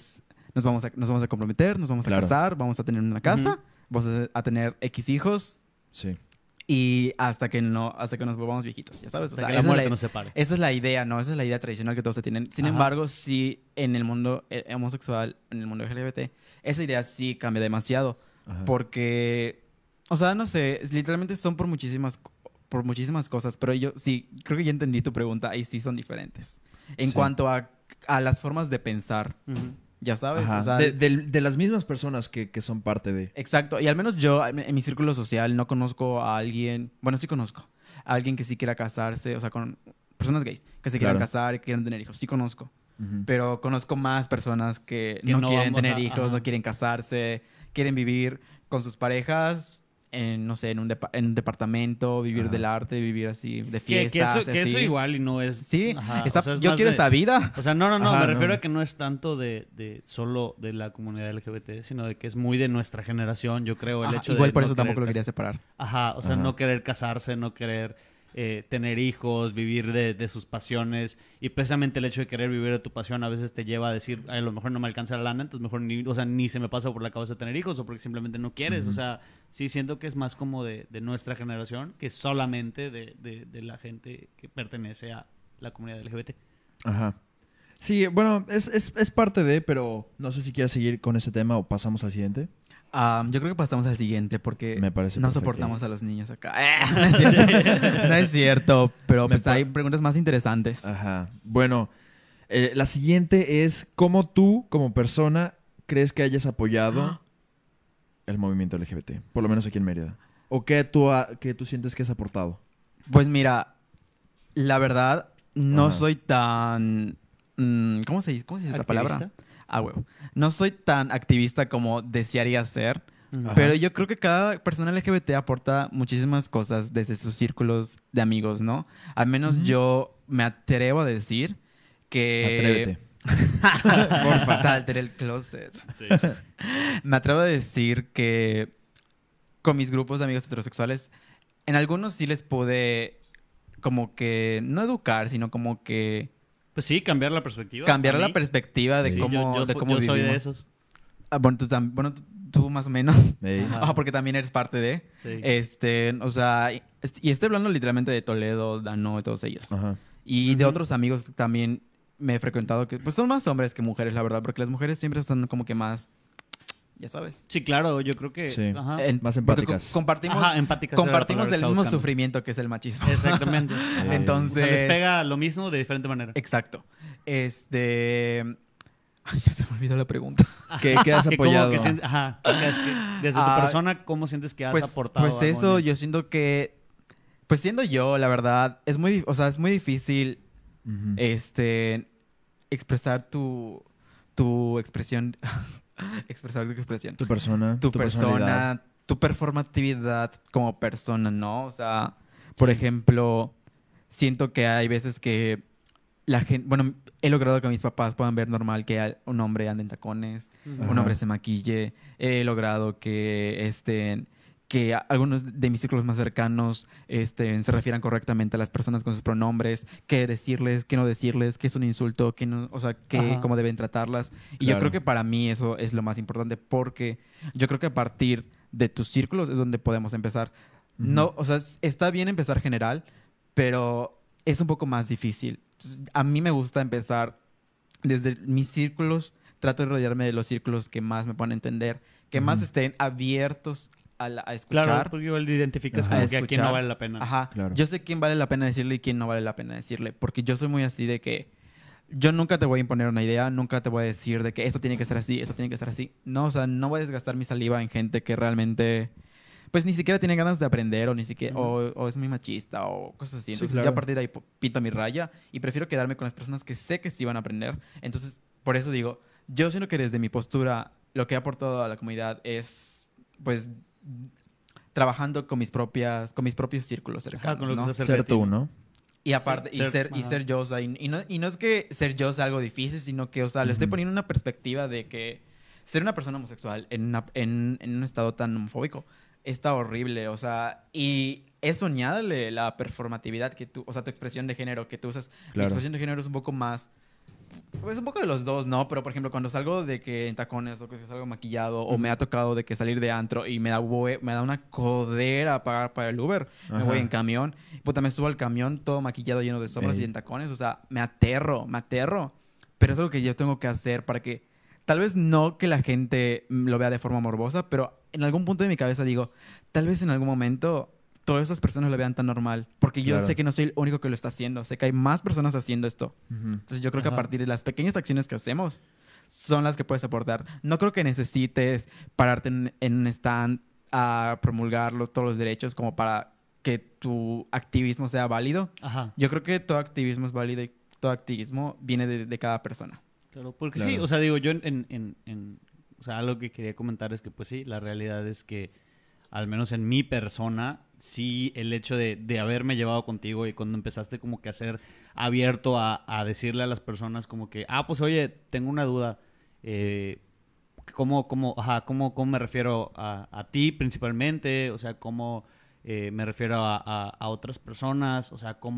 nos vamos a comprometer, nos vamos a Claro. casar, vamos a tener una casa, Ujú. vamos a tener X hijos Sí. y hasta que nos volvamos viejitos, ya sabes. O Hasta sea, que la muerte nos separe. esa es la idea, ¿no? Esa es la idea tradicional que todos se tienen. Sin Ajá. embargo, sí, en el mundo homosexual, en el mundo LGBT, esa idea sí cambia demasiado. Ajá. Porque, o sea, no sé, literalmente son por muchísimas cosas, pero yo sí, creo que ya entendí tu pregunta y sí son diferentes. En Sí. cuanto a las formas de pensar, Ujú. ya sabes, Ajá. o sea... De las mismas personas que son parte de... Exacto, y al menos yo en mi círculo social no conozco a alguien, bueno, sí conozco, a alguien que sí quiera casarse, o sea, con personas gays, que se quieran Claro. casar y que quieran tener hijos, sí conozco. Ujú. Pero conozco más personas que Que no no quieren vamos tener a- hijos, ajá. no quieren casarse, quieren vivir con sus parejas en, no sé, en un departamento, vivir Ajá. del arte, vivir así, de Que fiestas, eso, que eso así. igual y no es... Sí, Ajá, está- o sea, es yo más quiero de- esa vida. O sea, no, Ajá, me no. refiero a que no es tanto de solo de la comunidad LGBT, sino de que es muy de nuestra generación, yo creo, el Ajá, hecho igual de por no eso tampoco lo querer quería separar. Ajá, o sea, Ajá. no querer casarse, no querer tener hijos, vivir de sus pasiones. Y precisamente el hecho de querer vivir de tu pasión a veces te lleva a decir, "Ay, a lo mejor no me alcanza la lana, entonces mejor ni, o sea, ni se me pasa por la cabeza tener hijos o porque simplemente no quieres." Ujú. O sea, sí siento que es más como de nuestra generación que solamente de la gente que pertenece a la comunidad LGBT. Ajá. Sí, bueno, es parte de, pero no sé si quieres seguir con ese tema o pasamos al siguiente. Yo creo que pasamos al siguiente porque Me parece no perfecto. soportamos a los niños acá. No es cierto, no es cierto, pero Me pues pa- hay preguntas más interesantes. Ajá. Bueno, la siguiente es cómo tú, como persona, crees que hayas apoyado el movimiento LGBT, por lo menos aquí en Mérida. ¿O qué tú sientes que has aportado? Pues mira, la verdad, no Ajá. soy tan... ¿cómo se dice esta palabra? ¿Activista? Ah, huevo. No soy tan activista como desearía ser, Ujú. Ajá. pero yo creo que cada persona LGBT aporta muchísimas cosas desde sus círculos de amigos, ¿no? Al menos Ujú. yo me atrevo a decir que... Atrévete. Porfa, salte del closet. Sí. Me atrevo a decir que con mis grupos de amigos heterosexuales, en algunos sí les pude como que no educar, sino como que Pues sí, cambiar la perspectiva. cambiar a la mí. perspectiva de Sí, cómo, de cómo yo soy de vivimos. esos. Ah, bueno, tú más o menos. Ey. Ajá. Porque también eres parte de. Sí. O sea, y estoy hablando literalmente de Toledo, Dano, de todos ellos. Ajá. Y de Ujú. otros amigos que también me he frecuentado que pues son más hombres que mujeres, la verdad, porque las mujeres siempre son como que más, ya sabes. Sí, claro, yo creo que... Sí. Ajá. Más porque empáticas. compartimos Ajá, empáticas era la compartimos palabra que el estaba mismo buscando. sufrimiento que es el machismo. Exactamente. Entonces- O sea, les pega lo mismo de diferente manera. Exacto. Ay, ya se me olvidó la pregunta. ¿Qué has Que como apoyado? que ajá. Desde tu Ah, persona, ¿cómo sientes que has aportado? Pues algo en eso, el- yo siento que, pues siendo yo, la verdad, es muy, o sea, es muy difícil, Ujú. expresar tu expresión, expresar tu expresión, Tu persona. tu personalidad. persona, tu performatividad como persona, ¿no? O sea, por ejemplo, siento que hay veces que la gente, bueno, he logrado que mis papás puedan ver normal que un hombre ande en tacones, Ujú. Ajá. un hombre se maquille, he logrado que que algunos de mis círculos más cercanos se refieran correctamente a las personas con sus pronombres, qué decirles, qué no decirles, qué es un insulto, qué no, o sea, Ajá. cómo deben tratarlas. Y yo Claro. creo que para mí eso es lo más importante porque yo creo que a partir de tus círculos es donde podemos empezar. Ujú. No, o sea, está bien empezar general, pero es un poco más difícil. Entonces, a mí me gusta empezar desde mis círculos, trato de rodearme de los círculos que más me puedan entender, que más Ujú. estén abiertos a escuchar. Claro, porque igual identificas Ajá. como A que aquí escuchar. no vale la pena. Ajá. Claro. Yo sé quién vale la pena decirle y quién no vale la pena decirle, porque yo soy muy así de que yo nunca te voy a imponer una idea, nunca te voy a decir de que esto tiene que ser así, esto tiene que ser así. No, o sea, no voy a desgastar mi saliva en gente que realmente pues ni siquiera tiene ganas de aprender o ni siquiera Ujú. o es muy machista o cosas así. Sí, Entonces claro. yo a partir de ahí pinto mi raya y prefiero quedarme con las personas que sé que sí van a aprender. Entonces, por eso digo, yo siento que desde mi postura lo que he aportado a la comunidad es pues trabajando con mis propios círculos Ajá, cercanos, con lo que ¿no? estás cerca de Ser ti, tú, ¿no? ¿no? Y aparte, Sí, ser- y ajá. ser yo, o sea, y no es que ser yo sea algo difícil, sino que, o sea, le estoy Ujú. poniendo una perspectiva de que ser una persona homosexual en un estado tan homofóbico está horrible, o sea, y es soñable la performatividad que tú, o sea, tu expresión de género que tú usas. Mi Claro. expresión de género es un poco más Pues un poco de los dos, ¿no? Pero, por ejemplo, cuando salgo de que en tacones o que salgo maquillado o me ha tocado de que salir de antro y me da una codera pagar para el Uber, me voy en camión. Puta, me subo al camión todo maquillado, lleno de sombras y en tacones. O sea, me aterro. Pero es algo que yo tengo que hacer para que... Tal vez no que la gente lo vea de forma morbosa, pero en algún punto de mi cabeza digo, tal vez en algún momento todas esas personas lo vean tan normal. Porque yo sé que no soy el único que lo está haciendo. Sé que hay más personas haciendo esto. Entonces yo creo que a partir de las pequeñas acciones que hacemos son las que puedes aportar. No creo que necesites pararte en un stand a promulgar todos los derechos como para que tu activismo sea válido. Ajá. Yo creo que todo activismo es válido y todo activismo viene de cada persona. Claro, porque sí, o sea, digo, yo o sea, algo que quería comentar es que, pues sí, la realidad es que, al menos en mi persona, sí, el hecho de haberme llevado contigo y cuando empezaste como que a ser abierto a decirle a las personas como que, pues oye, tengo una duda, ¿cómo me refiero a ti principalmente? O sea, ¿cómo me refiero a otras personas? O sea,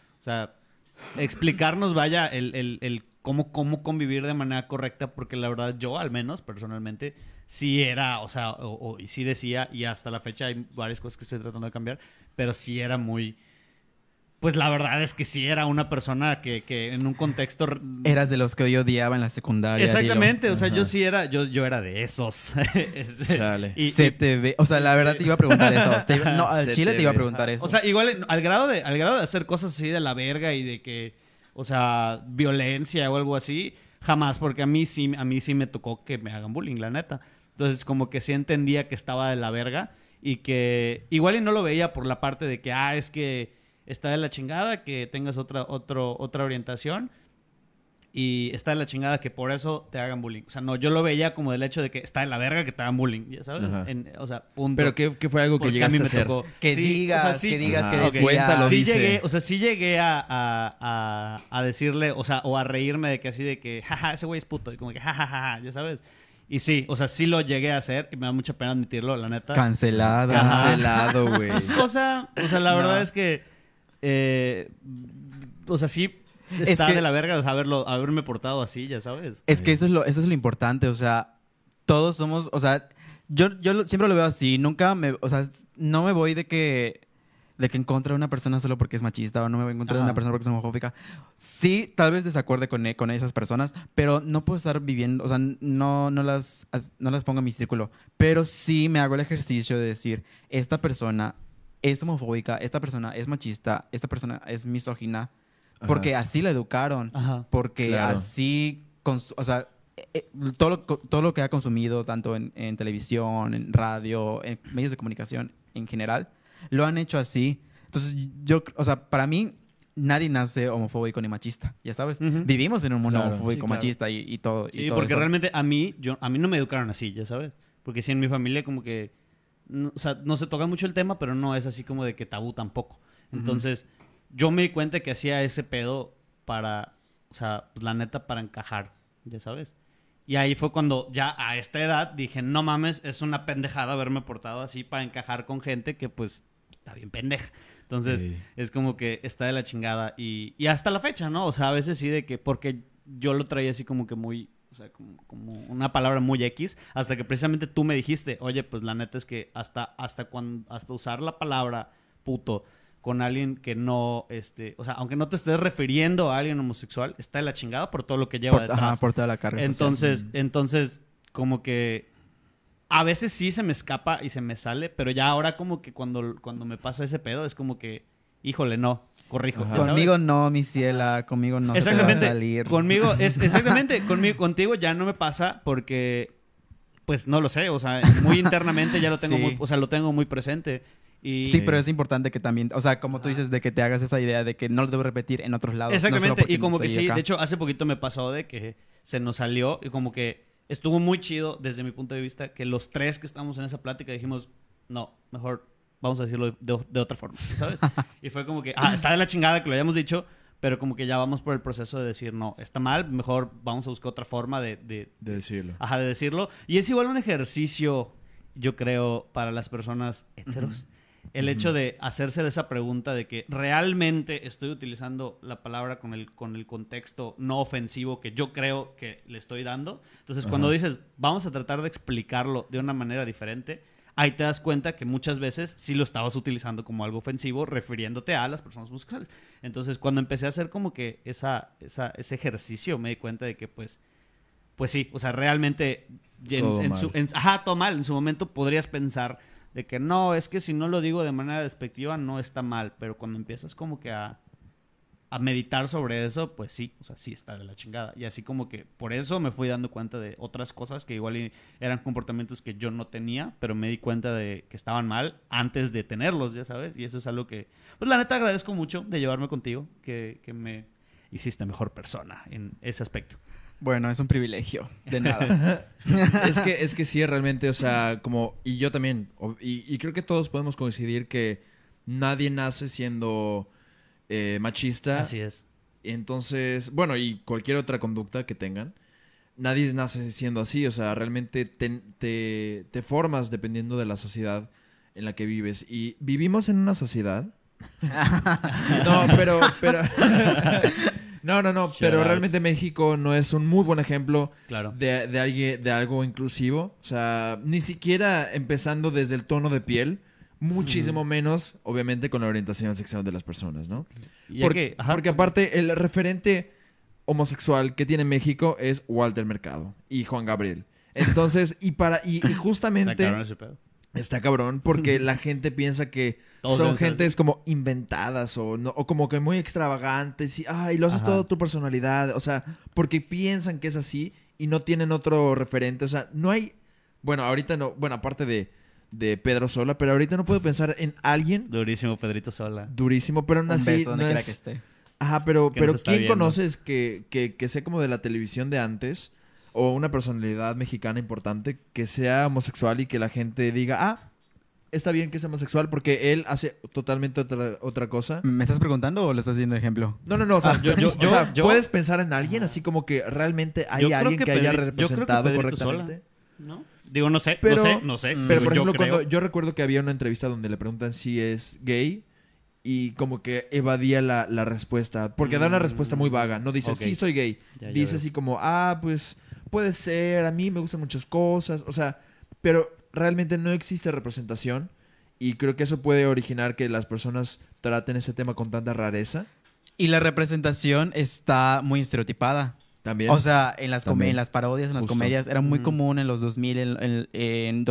explicarnos, vaya, el cómo convivir de manera correcta, porque la verdad yo, al menos, personalmente, sí era, o sea, y sí decía, y hasta la fecha hay varias cosas que estoy tratando de cambiar, pero sí era muy... Pues la verdad es que sí era una persona que en un contexto... Eras de los que yo odiaba en la secundaria. Exactamente, dilo. O sea, yo sí era... Yo era de esos. Sale. Se te ve... O sea, la verdad te iba a preguntar eso. Al chile te iba a preguntar eso. O sea, igual al grado de hacer cosas así de la verga y de que... O sea, violencia o algo así, jamás, porque a mí sí me tocó que me hagan bullying, la neta. Entonces, como que sí entendía que estaba de la verga y que... Igual y no lo veía por la parte de que, es que... Está de la chingada que tengas otra orientación y está de la chingada que por eso te hagan bullying. O sea, no, yo lo veía como del hecho de que está de la verga que te hagan bullying, ¿ya sabes? O sea, punto. Pero ¿qué fue algo que llegaste a hacer? Que digas, que decías. Cuéntalo, sí llegué a decirle, o sea, o a reírme de que así de que, jaja, ese güey es puto. Y como que, jajaja, ya sabes. Y sí, o sea, sí lo llegué a hacer y me da mucha pena admitirlo, la neta. Cancelado, güey. O sea, la verdad es que... o sea, sí está de la verga haberme portado así, ya sabes. Es que eso es lo importante, o sea, todos somos, o sea, yo siempre lo veo así, o sea, no me voy de que en contra de una persona solo porque es machista o no me voy en contra de una persona porque es homofóbica. Sí, tal vez desacuerde con esas personas, pero no puedo estar viviendo, o sea, no las pongo en mi círculo, pero sí me hago el ejercicio de decir, esta persona es homofóbica, esta persona es machista, esta persona es misógina, porque así la educaron, porque así, o sea, todo lo que ha consumido, tanto en televisión, en radio, en medios de comunicación en general, lo han hecho así. Entonces, o sea, para mí, nadie nace homofóbico ni machista, ya sabes. Vivimos en un mundo homofóbico, machista y todo. Sí, porque realmente a mí no me educaron así, ya sabes. Porque sí, en mi familia como que... No, o sea, no se toca mucho el tema, pero no es así como de que tabú tampoco. Entonces, yo me di cuenta que hacía ese pedo para, o sea, pues la neta, para encajar, ya sabes. Y ahí fue cuando ya a esta edad dije, no mames, es una pendejada haberme portado así para encajar con gente que pues está bien pendeja. Entonces, es como que está de la chingada. Y hasta la fecha, ¿no? O sea, a veces sí de que, porque yo lo traía así como que muy... O sea, como una palabra muy X, hasta que precisamente tú me dijiste, oye, pues la neta es que hasta usar la palabra puto con alguien que no, o sea, aunque no te estés refiriendo a alguien homosexual, está de la chingada por todo lo que lleva detrás. Por toda la carga social. Entonces, como que a veces sí se me escapa y se me sale, pero ya ahora como que cuando me pasa ese pedo es como que, híjole, no. Corrijo. Conmigo no, mi ciela, conmigo no se te va a salir. Contigo ya no me pasa porque, pues no lo sé, o sea, muy internamente ya lo tengo lo tengo muy presente. Y... Sí, pero es importante que también, o sea, como tú dices, de que te hagas esa idea de que no lo debo repetir en otros lados. Exactamente, y como que sí, acá. De hecho, hace poquito me pasó de que se nos salió y como que estuvo muy chido desde mi punto de vista que los tres que estamos en esa plática dijimos, no, mejor... Vamos a decirlo de otra forma, ¿sabes? Y fue como que, está de la chingada que lo hayamos dicho, pero como que ya vamos por el proceso de decir, no, está mal, mejor vamos a buscar otra forma de decirlo. De decirlo. Y es igual un ejercicio, yo creo, para las personas heteros, el hecho de hacerse esa pregunta de que realmente estoy utilizando la palabra con el contexto no ofensivo que yo creo que le estoy dando. Entonces, cuando dices, vamos a tratar de explicarlo de una manera diferente, ahí te das cuenta que muchas veces sí lo estabas utilizando como algo ofensivo, refiriéndote a las personas homosexuales. Entonces, cuando empecé a hacer como que ese ejercicio, me di cuenta de que pues sí, o sea, realmente todo mal. En su momento podrías pensar de que no, es que si no lo digo de manera despectiva no está mal, pero cuando empiezas como que a meditar sobre eso, pues sí, o sea, sí está de la chingada. Y así como que por eso me fui dando cuenta de otras cosas que igual eran comportamientos que yo no tenía, pero me di cuenta de que estaban mal antes de tenerlos, ya sabes. Y eso es algo que, pues la neta agradezco mucho de llevarme contigo, que me hiciste mejor persona en ese aspecto. Bueno, es un privilegio, de nada. Es que sí, realmente, o sea, como... Y yo también, y creo que todos podemos coincidir que nadie nace siendo machista. Así es. Entonces, bueno, y cualquier otra conducta que tengan, nadie nace siendo así. O sea, realmente te formas dependiendo de la sociedad en la que vives. Y vivimos en una sociedad... No, pero... No, pero realmente México no es un muy buen ejemplo de algo inclusivo. O sea, ni siquiera empezando desde el tono de piel, muchísimo menos, obviamente, con la orientación sexual de las personas, ¿no? Porque aparte, el referente homosexual que tiene México es Walter Mercado y Juan Gabriel. Entonces, y justamente... Está cabrón porque la gente piensa que son gentes como inventadas o como que muy extravagantes y lo haces todo tu personalidad. O sea, porque piensan que es así y no tienen otro referente. O sea, no hay... Bueno, ahorita no... Bueno, aparte de Pedro Sola, pero ahorita no puedo pensar en alguien... Durísimo, Pedrito Sola. Durísimo, pero aún así... Un beso donde quiera que esté. Ajá, pero ¿quién conoces que sea como de la televisión de antes... o una personalidad mexicana importante que sea homosexual y que la gente diga, está bien que sea homosexual porque él hace totalmente otra cosa? ¿Me estás preguntando o le estás diciendo ejemplo? No, o sea, yo puedes pensar en alguien así como que realmente hay alguien que haya representado correctamente. ¿No? Digo, no sé. Pero, Pero por ejemplo, cuando yo recuerdo que había una entrevista donde le preguntan si es gay y como que evadía la respuesta, porque da una respuesta muy vaga, no dice, sí, soy gay. Dice así como, pues... puede ser, a mí me gustan muchas cosas, o sea, pero realmente no existe representación y creo que eso puede originar que las personas traten ese tema con tanta rareza. Y la representación está muy estereotipada. También. O sea, en las parodias, en las comedias, era muy común en los 2000, en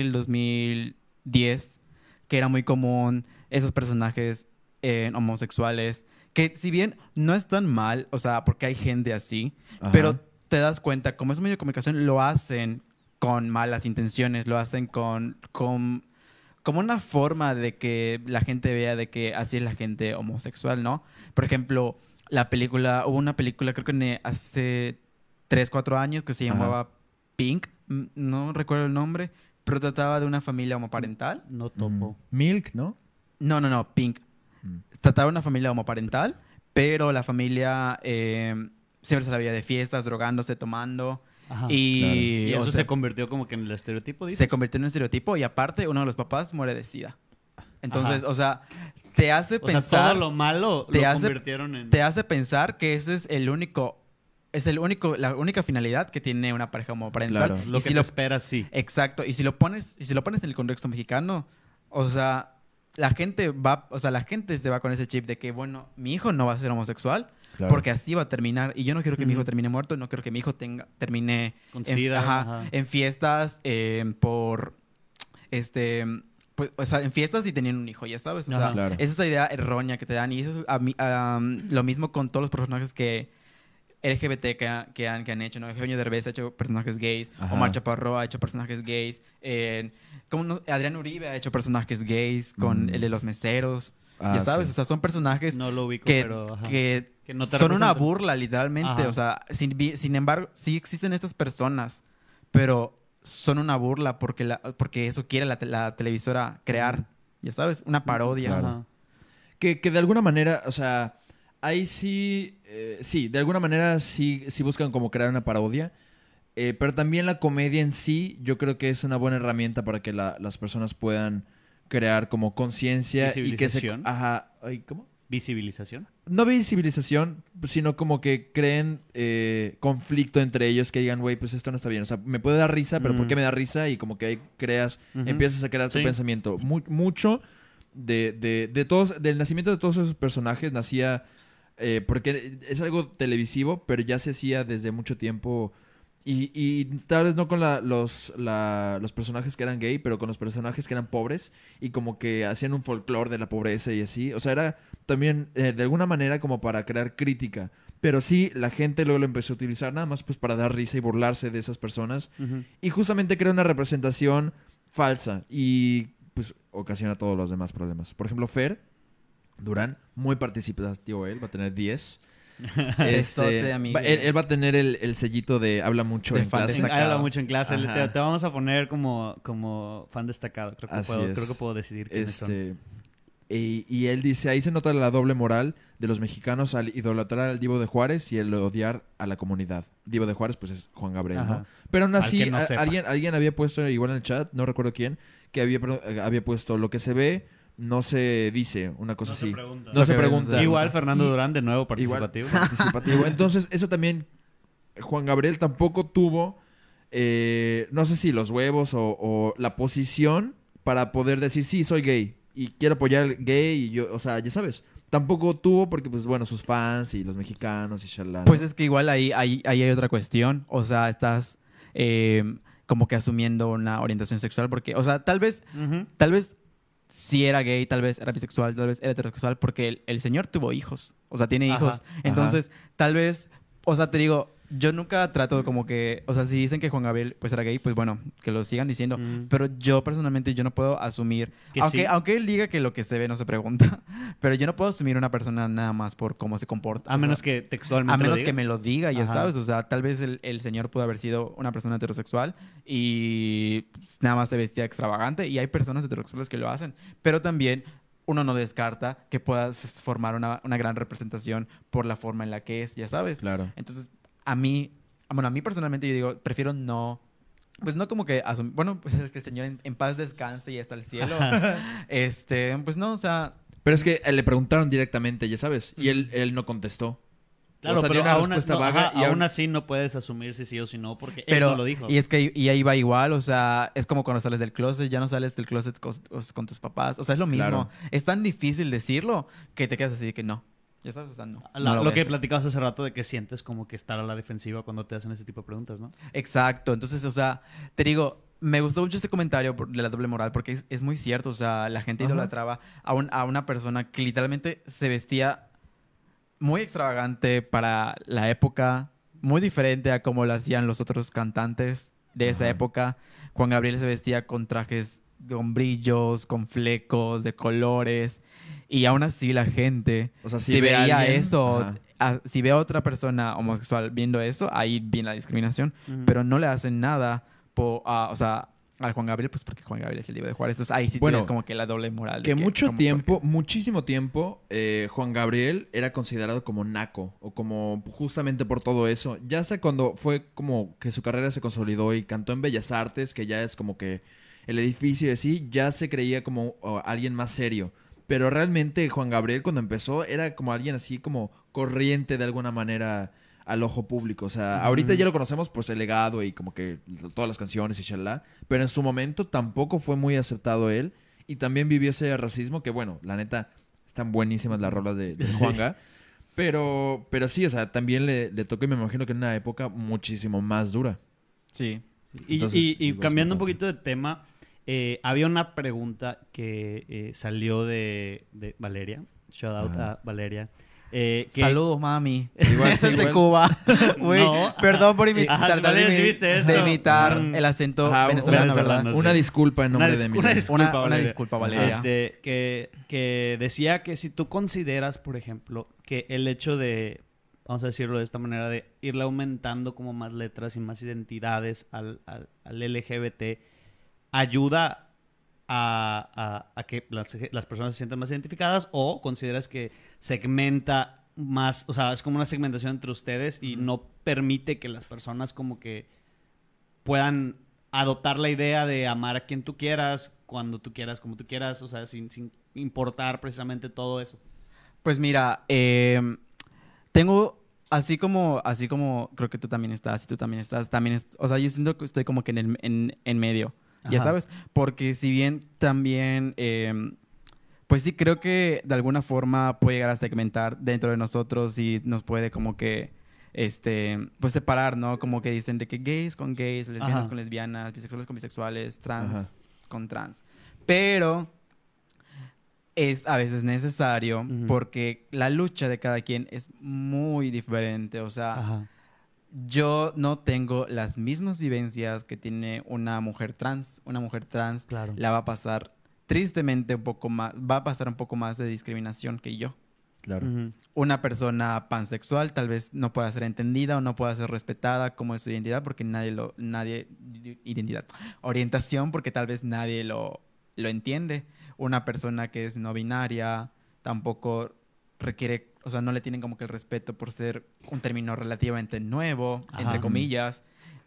2010, que era muy común esos personajes homosexuales, que si bien no están mal, o sea, porque hay gente así, pero te das cuenta, como es un medio de comunicación, lo hacen con malas intenciones, lo hacen como una forma de que la gente vea de que así es la gente homosexual, ¿no? Por ejemplo, hubo una película, creo que hace 3, 4 años, que se llamaba Pink, no recuerdo el nombre, pero trataba de una familia homoparental. No topo. Milk, ¿no? No, Pink. Trataba de una familia homoparental, pero la familia... siempre se la veía de fiestas, drogándose, tomando. Y eso se convirtió como que en el estereotipo, ¿dices? Se convirtió en un estereotipo y aparte uno de los papás muere de SIDA. Entonces, o sea, te hace pensar... O sea, todo lo malo lo convirtieron en... Te hace pensar que ese es la única finalidad que tiene una pareja homoparental. Claro, lo que te esperas, sí. Exacto. Y si lo pones en el contexto mexicano, o sea, la gente se va con ese chip de que, bueno, mi hijo no va a ser homosexual. Claro. Porque así va a terminar. Y yo no quiero que mi hijo termine muerto. No quiero que mi hijo termine con SIDA, en fiestas pues, o sea, en fiestas y teniendo un hijo, ya sabes. O sea, claro. Es esa idea errónea que te dan. Y eso es lo mismo con todos los personajes que LGBT que han hecho, ¿no? Eugenio Derbez ha hecho personajes gays. Omar Chaparro ha hecho personajes gays. Adrián Uribe ha hecho personajes gays con el de los meseros. Ya sabes, sí. O sea, son personajes no lo ubico, que no te son una burla, literalmente. O sea, sin embargo, sí existen estas personas, pero son una burla porque eso quiere la televisora crear. Ya sabes, una parodia. Claro. Que de alguna manera, o sea, ahí sí, de alguna manera sí buscan como crear una parodia. Pero también la comedia en sí, yo creo que es una buena herramienta para que las personas puedan crear como conciencia y que se... Visibilización. Ajá. Ay, ¿cómo? ¿Visibilización? No visibilización, sino como que creen conflicto entre ellos, que digan, güey, pues esto no está bien. O sea, me puede dar risa, pero ¿por qué me da risa? Y como que ahí creas, empiezas a crear tu Sí. pensamiento. Mucho de todos, del nacimiento de todos esos personajes nacía, porque es algo televisivo, pero ya se hacía desde mucho tiempo. Y tal vez no con los personajes que eran gay, pero con los personajes que eran pobres y como que hacían un folclore de la pobreza y así. O sea, era también de alguna manera como para crear crítica. Pero sí, la gente luego lo empezó a utilizar nada más pues para dar risa y burlarse de esas personas. Y justamente crea una representación falsa y pues ocasiona todos los demás problemas. Por ejemplo, Fer Durán, muy participativo él, va a tener 10. Besote, amigo. Él va a tener el sellito de habla mucho De en fan clase. destacado. Habla mucho en clase. Ajá. Te vamos a poner como fan destacado. Así Creo es. que puedo decidir quiénes son. Y él dice, ahí se nota la doble moral de los mexicanos al idolatrar al Divo de Juárez y el odiar a la comunidad. Divo de Juárez, pues es Juan Gabriel, Ajá. ¿no? Pero aún así, que no sepa. alguien había puesto, igual en el chat, no recuerdo quién, que había puesto, lo que se ve no se dice, una cosa así. pregunta. No se Lo que pregunta. Igual Fernando Y- Durán, de nuevo participativo. Igual, participativo. Entonces, eso también, Juan Gabriel tampoco tuvo, no sé si los huevos o la posición para poder decir, sí, soy gay y quiero apoyar al gay y yo, o sea, ya sabes. Tampoco tuvo porque, pues, bueno, sus fans y los mexicanos y shalala. Pues es que igual ahí hay otra cuestión. O sea, estás como que asumiendo una orientación sexual porque, o sea, tal vez sí era gay, tal vez era bisexual, tal vez era heterosexual porque el señor tuvo hijos. O sea, tiene hijos. Ajá, Entonces, tal vez, o sea, te digo, yo nunca trato como que, o sea, si dicen que Juan Gabriel pues era gay, pues bueno, que lo sigan diciendo. Pero yo personalmente, yo no puedo asumir, Que aunque, sí. aunque él diga que lo que se ve no se pregunta, pero yo no puedo asumir una persona nada más por cómo se comporta. A O menos sea, que textualmente a menos lo diga. que me lo diga, ya Ajá. sabes. O sea, tal vez el señor pudo haber sido una persona heterosexual y pues, nada más se vestía extravagante. Y hay personas heterosexuales que lo hacen. Pero también uno no descarta que pueda formar una gran representación por la forma en la que es, ya sabes. Claro. Entonces, a mí personalmente yo digo, prefiero no... Pues no como que... Bueno, pues es que el señor en paz descanse y hasta el cielo. Pues no, o sea... Pero es que le preguntaron directamente, ya sabes, y él no contestó. Claro, O sea, pero dio una aún, respuesta no, vaga ajá, y aún así no puedes asumir si sí o si no porque él Pero, no lo dijo. y es que y ahí va igual, o sea, es como cuando sales del closet, ya no sales del closet con tus papás, o sea, es lo mismo. Claro. Es tan difícil decirlo que te quedas así de que no. Ya sabes, o sea, no. La- no lo voy a que hacer. platicabas hace rato de que sientes como que estar a la defensiva cuando te hacen ese tipo de preguntas, ¿no? Exacto, entonces, o sea, te digo, me gustó mucho este comentario de la doble moral porque es muy cierto, o sea, la gente Ajá. idolatraba a una persona que literalmente se vestía muy extravagante para la época, muy diferente a como lo hacían los otros cantantes de esa Ajá. época. Juan Gabriel se vestía con trajes con brillos, con flecos, de colores, y aún así la gente, O sea, si veía alguien- eso, Ajá. si ve a otra persona homosexual viendo eso, ahí viene la discriminación, Ujú. pero no le hacen nada, o sea, al Juan Gabriel, pues porque Juan Gabriel es el Divo de Juárez. Entonces ahí sí Bueno, tienes como que la doble moral. de Que mucho como, tiempo, muchísimo tiempo, Juan Gabriel era considerado como naco o como justamente por todo eso. Ya hasta cuando fue como que su carrera se consolidó y cantó en Bellas Artes, que ya es como que el edificio de sí, ya se creía como alguien más serio. Pero realmente Juan Gabriel cuando empezó era como alguien así como corriente de alguna manera al ojo público. O sea, ahorita ya lo conocemos por el legado y como que todas las canciones y shalala. Pero en su momento tampoco fue muy aceptado él. Y también vivió ese racismo que, bueno, la neta, están buenísimas las rolas de Juanga. Pero sí, o sea, también le tocó y me imagino que en una época muchísimo más dura. Sí. Y, Entonces, y igual es cambiando un importante. poquito de tema, había una pregunta que salió de Valeria. Shout out Ajá. a Valeria. Saludos, mami. Igual, de igual. Cuba. Güey, No. perdón por Ajá, Valeria, ¿sí viste esto? de imitar Mm. el acento Ajá, venezolano, venezolano, ¿verdad? sí. Una disculpa en nombre de Una Emiliano. disculpa, Una Valeria. disculpa, Valeria. Que decía que si tú consideras, por ejemplo, que el hecho de, vamos a decirlo de esta manera, de irle aumentando como más letras y más identidades al LGBT, ayuda a que las personas se sientan más identificadas, o consideras que segmenta más, o sea, es como una segmentación entre ustedes y no permite que las personas como que puedan adoptar la idea de amar a quien tú quieras, cuando tú quieras, como tú quieras, o sea, sin importar precisamente todo eso. Pues mira, tengo, así como creo que tú también estás, y tú también estás, o sea, yo siento que estoy como que en medio, ya Ajá. sabes, porque si bien también, pues sí creo que de alguna forma puede llegar a segmentar dentro de nosotros y nos puede como que, pues separar, ¿no? Como que dicen de que gays con gays, lesbianas Ajá. con lesbianas, bisexuales con bisexuales, trans Ajá. con trans, pero es a veces necesario Ujú. porque la lucha de cada quien es muy diferente. O sea, Ajá. yo no tengo las mismas vivencias que tiene una mujer trans. Una mujer trans Claro. la va a pasar tristemente un poco más, va a pasar un poco más de discriminación que yo. Claro. Ujú. Una persona pansexual tal vez no pueda ser entendida o no pueda ser respetada como es su identidad porque identidad, orientación porque tal vez nadie lo entiende. Una persona que es no binaria tampoco requiere, o sea, no le tienen como que el respeto por ser un término relativamente nuevo, Ajá. entre comillas.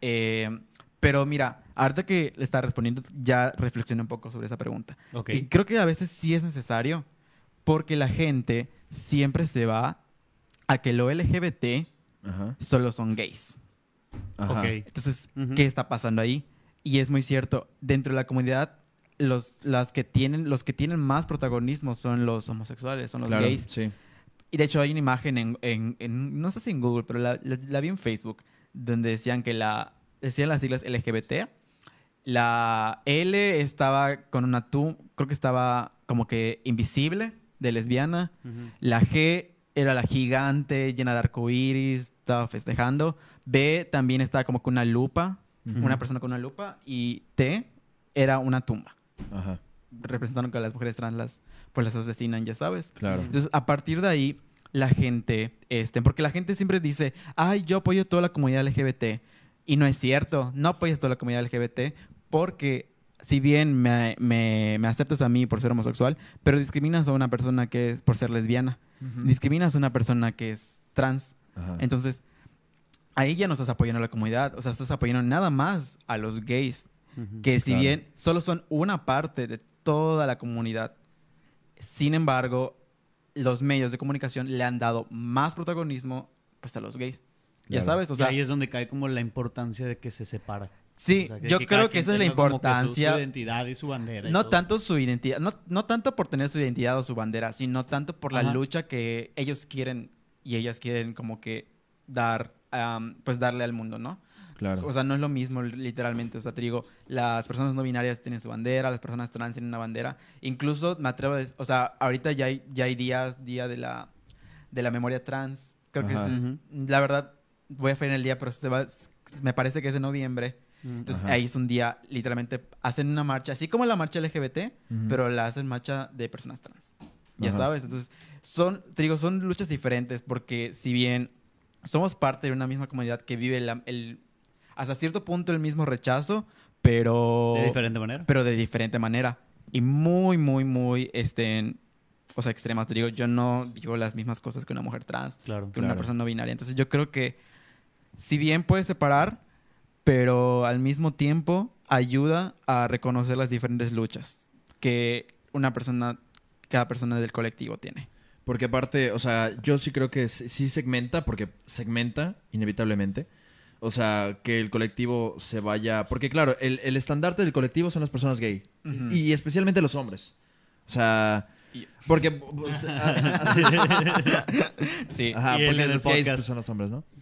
Pero mira, ahorita que le estaba respondiendo, ya reflexioné un poco sobre esa pregunta. Ok. Y creo que a veces sí es necesario porque la gente siempre se va a que lo LGBT Ajá. solo son gays. Ajá. Ok. Entonces, Ujú. ¿qué está pasando ahí? Y es muy cierto, dentro de la comunidad, los que tienen más protagonismo son los homosexuales, son los Claro, gays. sí. Y de hecho hay una imagen no sé si en Google, pero la vi en Facebook, donde decían decían las siglas LGBT. La L estaba con una creo que estaba como que invisible, de lesbiana. Ujú. La G era la gigante, llena de arcoíris, estaba festejando. B también estaba como con una lupa, Ujú. una persona con una lupa. Y T era una tumba, Ajá. representando que a las mujeres trans pues las asesinan, ya sabes. Claro. Entonces, a partir de ahí, la gente, porque la gente siempre dice, ay, yo apoyo toda la comunidad LGBT. Y no es cierto, no apoyas toda la comunidad LGBT porque si bien me aceptas a mí por ser homosexual, pero discriminas a una persona que es por ser lesbiana, Ujú. discriminas a una persona que es trans. Ajá. Entonces, ahí ya no estás apoyando a la comunidad, o sea, estás apoyando nada más a los gays, Ujú. que si Claro. bien solo son una parte de toda la comunidad, sin embargo, los medios de comunicación le han dado más protagonismo pues a los gays. Ya Claro. sabes, o Y sea, ahí es donde cae como la importancia de que se separa. sí, O sea, yo cada creo que quien esa es la tenga como que importancia. su identidad y su bandera. y No todo. tanto su identidad, no tanto por tener su identidad o su bandera, sino tanto por la Ajá. lucha que ellos quieren y ellas quieren como que pues darle al mundo, ¿no? Claro. O sea, no es lo mismo literalmente. O sea, te digo, las personas no binarias tienen su bandera, las personas trans tienen una bandera. Incluso me atrevo a decir, o sea, ahorita ya hay día de la memoria trans. Creo que Ajá. ese la verdad, voy a ferir el día, pero me parece que es en noviembre. Ujú. Entonces Ajá. ahí es un día, literalmente, hacen una marcha, así como la marcha LGBT, Ujú. pero la hacen marcha de personas trans. Ya Ajá. sabes, entonces te digo, son luchas diferentes porque si bien somos parte de una misma comunidad que vive hasta cierto punto el mismo rechazo, pero De diferente manera. pero de diferente manera y muy, muy, muy, o sea, extremas. Te digo, yo no vivo las mismas cosas que una mujer trans, Claro. que una Claro. persona no binaria. Entonces yo creo que si bien puede separar, pero al mismo tiempo ayuda a reconocer las diferentes luchas que cada persona del colectivo tiene. Porque aparte, o sea, yo sí creo que sí segmenta, porque segmenta inevitablemente. O sea, que el colectivo se vaya... Porque claro, el estandarte del colectivo son las personas gay. Ujú. Y especialmente los hombres. O sea... Y- Porque... pues, así es. Sí. Ajá, Y él porque en el los gays podcast. pues, son los hombres, ¿no?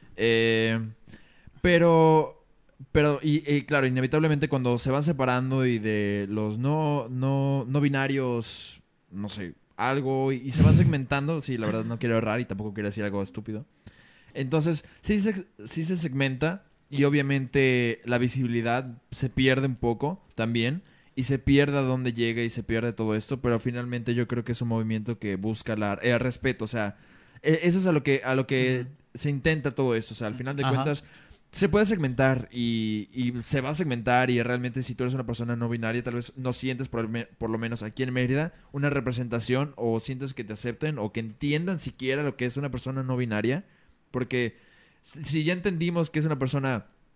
Pero claro, inevitablemente cuando se van separando y de los no binarios, no sé, algo, y se van segmentando, sí, la verdad no quiero errar y tampoco quiero decir algo estúpido. Entonces, sí se segmenta y obviamente la visibilidad se pierde un poco también. Y se pierde a dónde llega y se pierde todo esto, pero finalmente yo creo que es un movimiento que busca el respeto, o sea, eso es a lo que se intenta todo esto, o sea, al final de Ajá. cuentas se puede segmentar y se va a segmentar y realmente si tú eres una persona no binaria tal vez no sientes por lo menos aquí en Mérida una representación o sientes que te acepten o que entiendan siquiera lo que es una persona no binaria, porque si ya entendimos que es una persona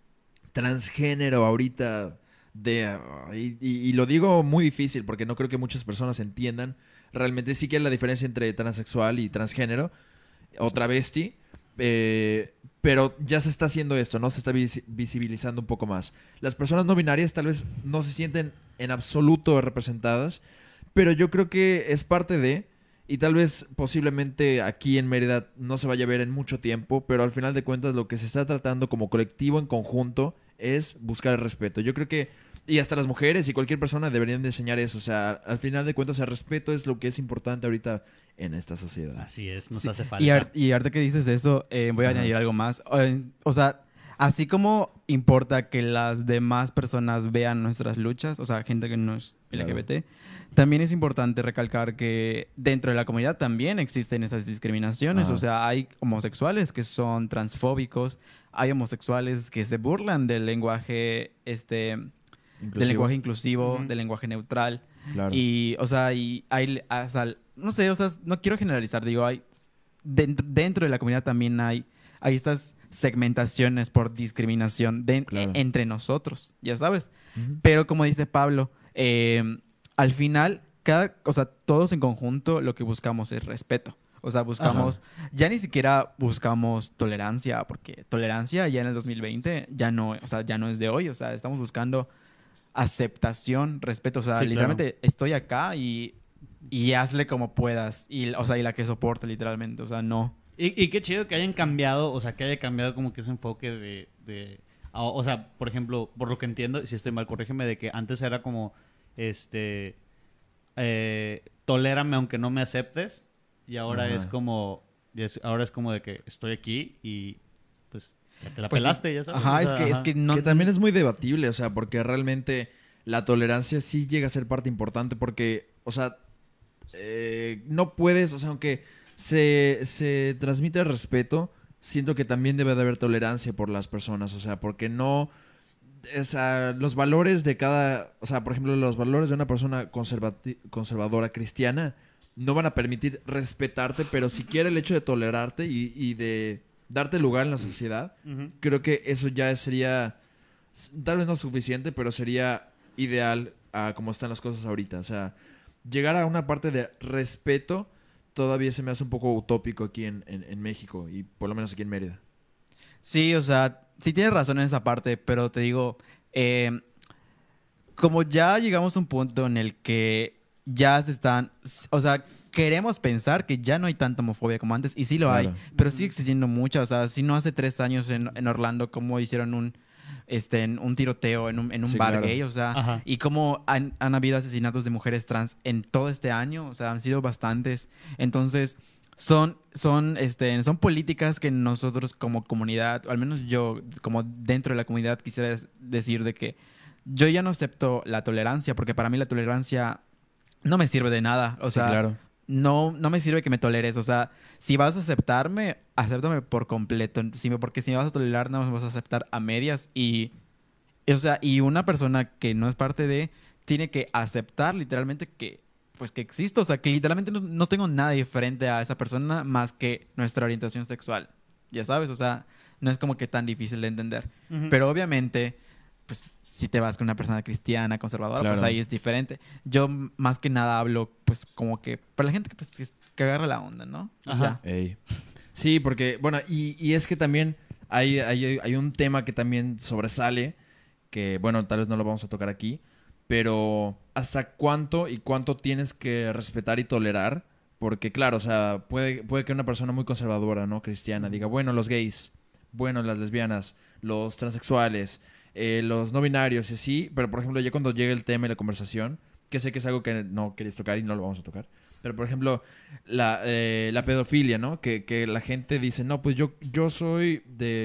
transgénero ahorita y lo digo muy difícil porque no creo que muchas personas entiendan realmente sí que es la diferencia entre transexual y transgénero o travesti, pero ya se está haciendo esto, ¿no? Se está visibilizando un poco más. Las personas no binarias tal vez no se sienten en absoluto representadas, pero yo creo que es parte de, y tal vez posiblemente aquí en Mérida no se vaya a ver en mucho tiempo, pero al final de cuentas lo que se está tratando como colectivo en conjunto es buscar el respeto. Yo creo que, y hasta las mujeres y cualquier persona deberían de enseñar eso. O sea, al final de cuentas el respeto es lo que es importante ahorita en esta sociedad. Así es, nos Sí, hace falta. y ahorita que dices eso, voy a Ajá. añadir algo más. O sea, así como importa que las demás personas vean nuestras luchas, o sea, gente que no es Claro. LGBT, también es importante recalcar que dentro de la comunidad también existen esas discriminaciones. Ajá. O sea, hay homosexuales que son transfóbicos, hay homosexuales que se burlan del lenguaje, del lenguaje inclusivo, Ujú. del lenguaje neutral. Claro. Y, o sea, y hay hasta, no sé, o sea, no quiero generalizar, digo, hay, dentro de la comunidad también hay estas segmentaciones por discriminación Claro. entre nosotros, ya sabes. Ujú. Pero como dice Pablo, al final, o sea, todos en conjunto lo que buscamos es respeto. O sea, buscamos, ya ni siquiera buscamos tolerancia, porque tolerancia ya en el 2020 ya no, o sea, ya no es de hoy. O sea, estamos buscando aceptación, respeto. O sea, Sí, literalmente estoy acá y hazle como puedas. Y, o sea, y la que soporte, literalmente. O sea, no. Y qué chido que hayan cambiado, o sea, que haya cambiado como que ese enfoque o sea, por ejemplo, por lo que entiendo, si estoy mal, corrígeme, de que antes era como, tolérame aunque no me aceptes, y ahora Ajá. es como, ahora es como de que estoy aquí y pues ya te la Pues sí. pelaste, ya sabes. Ajá, O sea, es que no. Que también es muy debatible, o sea, porque realmente la tolerancia sí llega a ser parte importante porque, o sea, no puedes, o sea, aunque se transmite el respeto, siento que también debe de haber tolerancia por las personas, o sea, porque no, o sea, los valores de cada, o sea, por ejemplo, los valores de una persona conservadora cristiana no van a permitir respetarte, pero siquiera el hecho de tolerarte y de darte lugar en la sociedad, ujú. creo que eso ya sería, tal vez no suficiente, pero sería ideal a como están las cosas ahorita. O sea, llegar a una parte de respeto todavía se me hace un poco utópico aquí en México y por lo menos aquí en Mérida. Sí, o sea, sí tienes razón en esa parte, pero te digo, como ya llegamos a un punto en el que ya se están, o sea, queremos pensar que ya no hay tanta homofobia como antes, y sí lo hay, Claro. pero sigue existiendo mucha, o sea, si no hace 3 años en Orlando, como hicieron un tiroteo en un Sí, bar claro. gay, o sea, Ajá. y cómo han habido asesinatos de mujeres trans en todo este año, o sea, han sido bastantes, entonces son políticas que nosotros como comunidad, o al menos yo como dentro de la comunidad quisiera decir de que yo ya no acepto la tolerancia, porque para mí la tolerancia no me sirve de nada, o Sí, sea, claro. no me sirve que me toleres, o sea, si vas a aceptarme, acéptame por completo, porque si me vas a tolerar, no me vas a aceptar a medias o sea, y una persona que no es parte de, tiene que aceptar literalmente que, pues que existo, o sea, que literalmente no tengo nada diferente a esa persona más que nuestra orientación sexual, ya sabes, o sea, no es como que tan difícil de entender, Ujú. pero obviamente, pues si te vas con una persona cristiana, conservadora, pues Claro. ahí es diferente. Yo más que nada hablo, pues como que para la gente que, pues, que agarra la onda, ¿no? Pues, Ajá. ya. Ey. Sí, porque, bueno, y es que también hay un tema que también sobresale, que, bueno, tal vez no lo vamos a tocar aquí, pero ¿hasta cuánto y cuánto tienes que respetar y tolerar? Porque, claro, o sea, puede que una persona muy conservadora, ¿no? Cristiana, diga, bueno, los gays, bueno, las lesbianas, los transexuales, los no binarios y así, pero, por ejemplo, ya cuando llega el tema y la conversación, que sé que es algo que no queréis tocar y no lo vamos a tocar, pero, por ejemplo, la pedofilia, ¿no? Que la gente dice, no, pues yo soy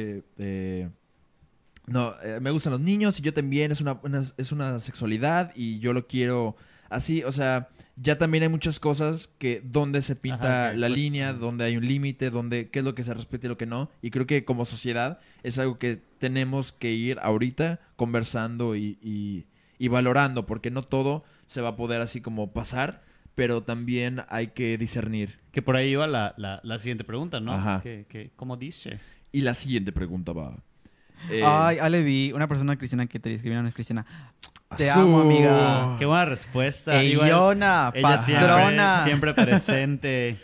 no, me gustan los niños y yo también, es una sexualidad y yo lo quiero así, o sea, ya también hay muchas cosas que donde se pinta Ajá, que, la pues, línea, donde hay un límite, donde qué es lo que se respeta y lo que no, y creo que como sociedad es algo que tenemos que ir ahorita conversando y valorando, porque no todo se va a poder así como pasar, pero también hay que discernir. Que por ahí iba la siguiente pregunta, ¿no? Ajá. ¿Cómo dice? Y la siguiente pregunta va, Ay, Ale, vi una persona cristiana que te discriminó, no es cristiana. Te amo, amiga. Qué buena respuesta. Eyona, Ella patrona. siempre presente.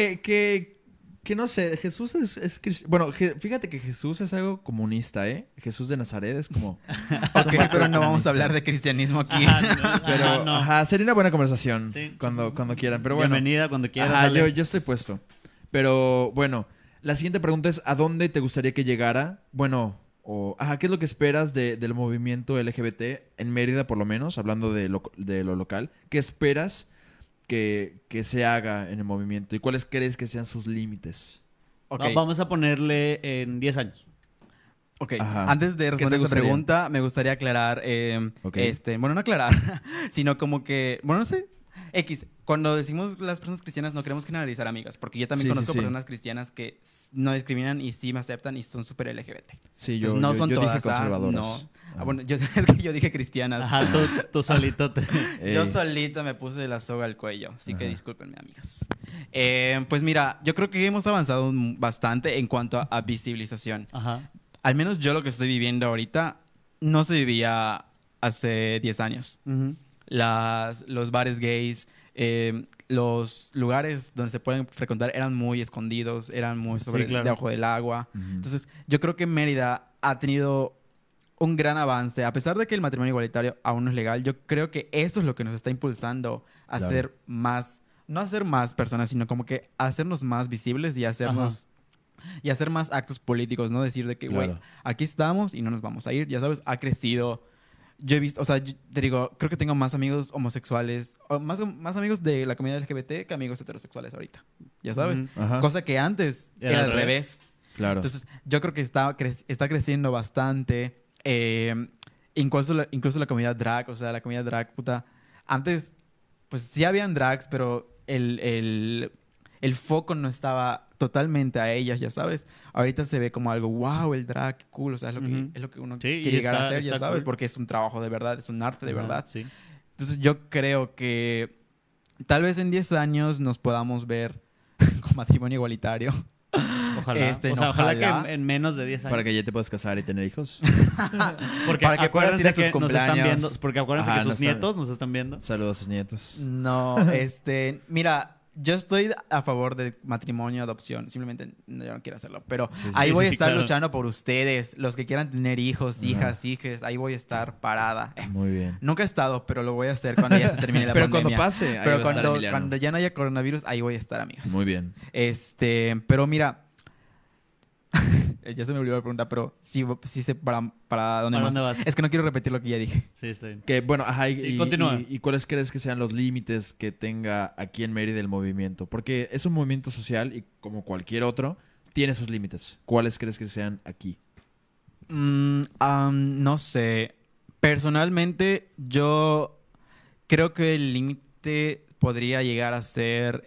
Que no sé, Jesús es cristiano. Bueno, fíjate que Jesús es algo comunista, ¿eh? Jesús de Nazaret es como... Ok, pero no vamos a hablar de cristianismo aquí. Pero, no. ajá, sería una buena conversación Sí. cuando quieran. Pero bueno, Bienvenida cuando quieras. ajá, Ale. yo estoy puesto. Pero bueno, la siguiente pregunta es, ¿a dónde te gustaría que llegara? Bueno, ¿qué es lo que esperas del movimiento LGBT en Mérida, por lo menos, hablando de lo local? ¿Qué esperas que se haga en el movimiento? ¿Y cuáles crees que sean sus límites? Ok, Vamos a ponerle en 10 años. ok. Ajá. Antes de ¿Qué responder te esa gustaría? pregunta, me gustaría aclarar, Ok. bueno, no aclarar, sino como que, bueno, no sé, cuando decimos las personas cristianas no queremos generalizar, amigas, porque yo también Sí, conozco sí. personas cristianas que no discriminan y sí me aceptan y son súper LGBT. Sí, Entonces, no son yo todas, dije conservadoras. No. Ah. Bueno, es que yo dije cristianas. Ajá, tú solito te... Yo Ey. solita me puse la soga al cuello, así que Ajá. discúlpenme, amigas. Pues mira, yo creo que hemos avanzado bastante en cuanto a visibilización. Ajá. Al menos yo lo que estoy viviendo ahorita no se vivía hace 10 años. Ujú. Los bares gays, los lugares donde se pueden frecuentar eran muy escondidos, eran muy claro. debajo del agua. Ujú. Entonces, yo creo que Mérida ha tenido un gran avance. A pesar de que el matrimonio igualitario aún no es legal, yo creo que eso es lo que nos está impulsando a Claro. ser más, no a ser más personas, sino como que a hacernos más visibles y a hacernos... Y hacer más actos políticos, ¿no? Decir de que, güey, Claro. aquí estamos y no nos vamos a ir. Ya sabes, ha crecido. Yo he visto, o sea, te digo, creo que tengo más amigos homosexuales, o más amigos de la comunidad LGBT que amigos heterosexuales ahorita. Ya sabes. Ujú. Ajá. Cosa que antes era al revés. Claro. Entonces, yo creo que está creciendo bastante. Incluso la comunidad drag, o sea, la comunidad drag, puta. Antes, pues sí habían drags, pero el foco no estaba totalmente a ellas, ya sabes. Ahorita se ve como algo, wow, el drag, qué cool. O sea, Ujú. es lo que uno Sí, y quiere llegar a está- hacer, ya está sabes, cool. porque es un trabajo de verdad, es un arte de Ajá, verdad. Sí. Entonces, yo creo que tal vez en 10 años nos podamos ver con matrimonio igualitario. Ojalá. Este, o sea, ojalá. ojalá que en menos de 10 años. Para que ya te puedas casar y tener hijos. Porque para que puedas ir a acuérdense sus que nos están cumpleaños. viendo. Porque acuérdense Ajá, que no sus está- nietos nos están viendo. Saludos a sus nietos. No, mira, yo estoy a favor de matrimonio, adopción. Simplemente yo no quiero hacerlo. Pero Sí, sí, ahí sí, voy a sí, estar claro. luchando por ustedes. Los que quieran tener hijos, Ajá. hijas, hijes. Ahí voy a estar parada. Muy bien. Nunca he estado, pero lo voy a hacer cuando ya se termine la Pero pandemia. cuando pase, ahí Pero va a estar cuando, Emiliano. cuando ya no haya coronavirus, ahí voy a estar, amigas. Muy bien. Pero mira... ya se me olvidó la pregunta, pero sí sé para dónde ¿Para más. dónde vas? Es que no quiero repetir lo que ya dije. Sí, está bien. Que bueno, ajá, Sí, continúa. y cuáles crees que sean los límites que tenga aquí en Mérida el movimiento? Porque es un movimiento social y como cualquier otro, tiene sus límites. ¿Cuáles crees que sean aquí? No sé. Personalmente, yo creo que el límite podría llegar a ser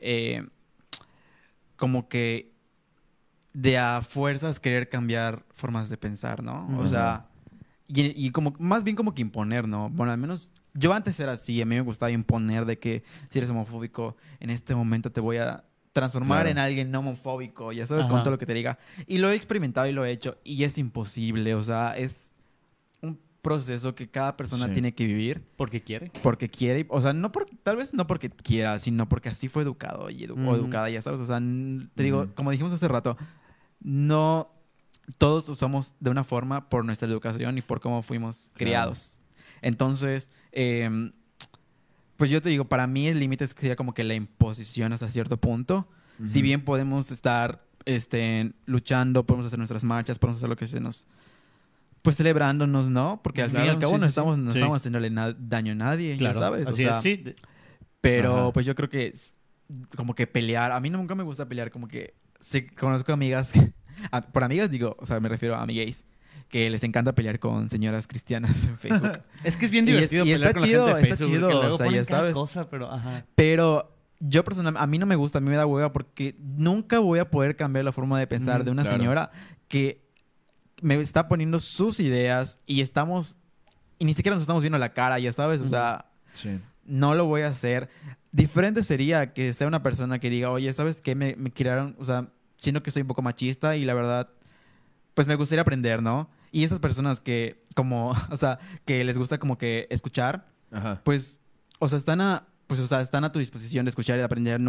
como que de a fuerzas querer cambiar formas de pensar, ¿no? O Ujú. sea, y como más bien como que imponer, ¿no? Bueno, al menos yo antes era así, a mí me gustaba imponer de que si eres homofóbico, en este momento te voy a transformar Claro. en alguien no homofóbico, ya sabes, Ajá. con todo lo que te diga. Y lo he experimentado y lo he hecho y es imposible, o sea, es un proceso que cada persona Sí. tiene que vivir Porque quiere. porque quiere, o sea, tal vez no porque quiera, sino porque así fue educado o Ujú. educada, ya sabes, o sea, te digo, Ujú. como dijimos hace rato, no todos somos de una forma por nuestra educación y por cómo fuimos criados. Entonces, pues yo te digo, para mí el límite sería como que la imposición hasta cierto punto. Si Ujú. bien podemos estar luchando, podemos hacer nuestras marchas, podemos hacer lo que se nos... Pues celebrándonos, ¿no? Porque al fin y Claro, al cabo sí, no sí, estamos, sí. no Sí. estamos haciéndole daño a nadie, Claro. ya sabes. Así o sea, es, sí. pero Ajá. pues yo creo que como que pelear, a mí nunca me gusta pelear, como que sí, conozco amigas, por amigas digo, o sea, me refiero a amigues, que les encanta pelear con señoras cristianas en Facebook. Es que es bien Y es- divertido y pelear está con chido, la gente de está Facebook, chido, porque luego o sea, ponen ya cada sabes. cosa, pero ajá. Pero yo personalmente, a mí no me gusta, a mí me da hueva porque nunca voy a poder cambiar la forma de pensar de una claro. señora que me está poniendo sus ideas y ni siquiera nos estamos viendo la cara, ya sabes, o sea, Sí. no lo voy a hacer. Diferente sería que sea una persona que diga, oye, ¿sabes qué? Me criaron, o sea, siento que soy un poco machista y la verdad, pues me gustaría aprender, ¿no? Y esas personas que, como, o sea, que les gusta como que escuchar, Ajá. pues, o sea, están a tu disposición de escuchar y de aprender.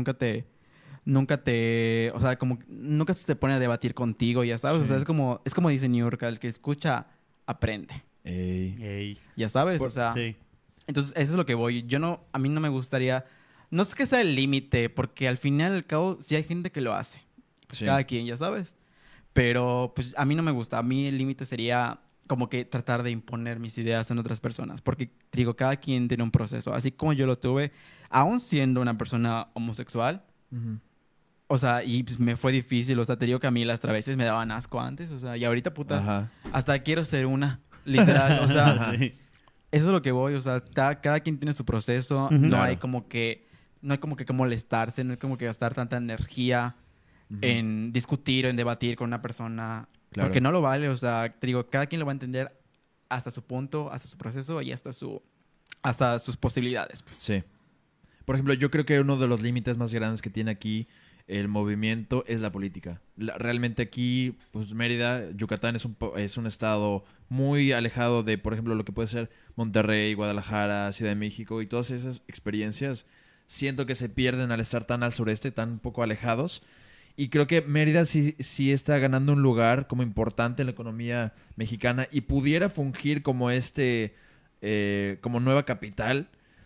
O sea, como, nunca se te pone a debatir contigo, ya sabes. Sí. O sea, es como dice New York, el que escucha, aprende. Ey. Ey. Ya sabes, Por- o sea. Sí. Entonces, eso es lo que voy. A mí no me gustaría, no es que sea el límite, porque al final y al cabo, sí hay gente que lo hace. Pues Sí. cada quien, ya sabes. Pero, pues, a mí no me gusta. A mí el límite sería como que tratar de imponer mis ideas en otras personas. Porque, te digo, cada quien tiene un proceso. Así como yo lo tuve, aún siendo una persona homosexual. Ujú. O sea, y pues, me fue difícil. O sea, te digo que a mí las travestis me daban asco antes. O sea, y ahorita, puta, Ajá. hasta quiero ser una. Literal. O sea, Sí. eso es lo que voy, o sea, cada quien tiene su proceso, Ujú. no Claro. hay como que molestarse, no hay como que gastar tanta energía Ujú. en discutir o en debatir con una persona, Claro. porque no lo vale, o sea, te digo, cada quien lo va a entender hasta su punto, hasta su proceso y hasta sus posibilidades, pues. Sí. Por ejemplo, yo creo que uno de los límites más grandes que tiene aquí el movimiento es la política. Realmente aquí, pues Mérida, Yucatán es un estado muy alejado de, por ejemplo, lo que puede ser Monterrey, Guadalajara, Ciudad de México y todas esas experiencias. Siento que se pierden al estar tan al sureste, tan poco alejados. Y creo que Mérida sí está ganando un lugar como importante en la economía mexicana y pudiera fungir como como nueva capital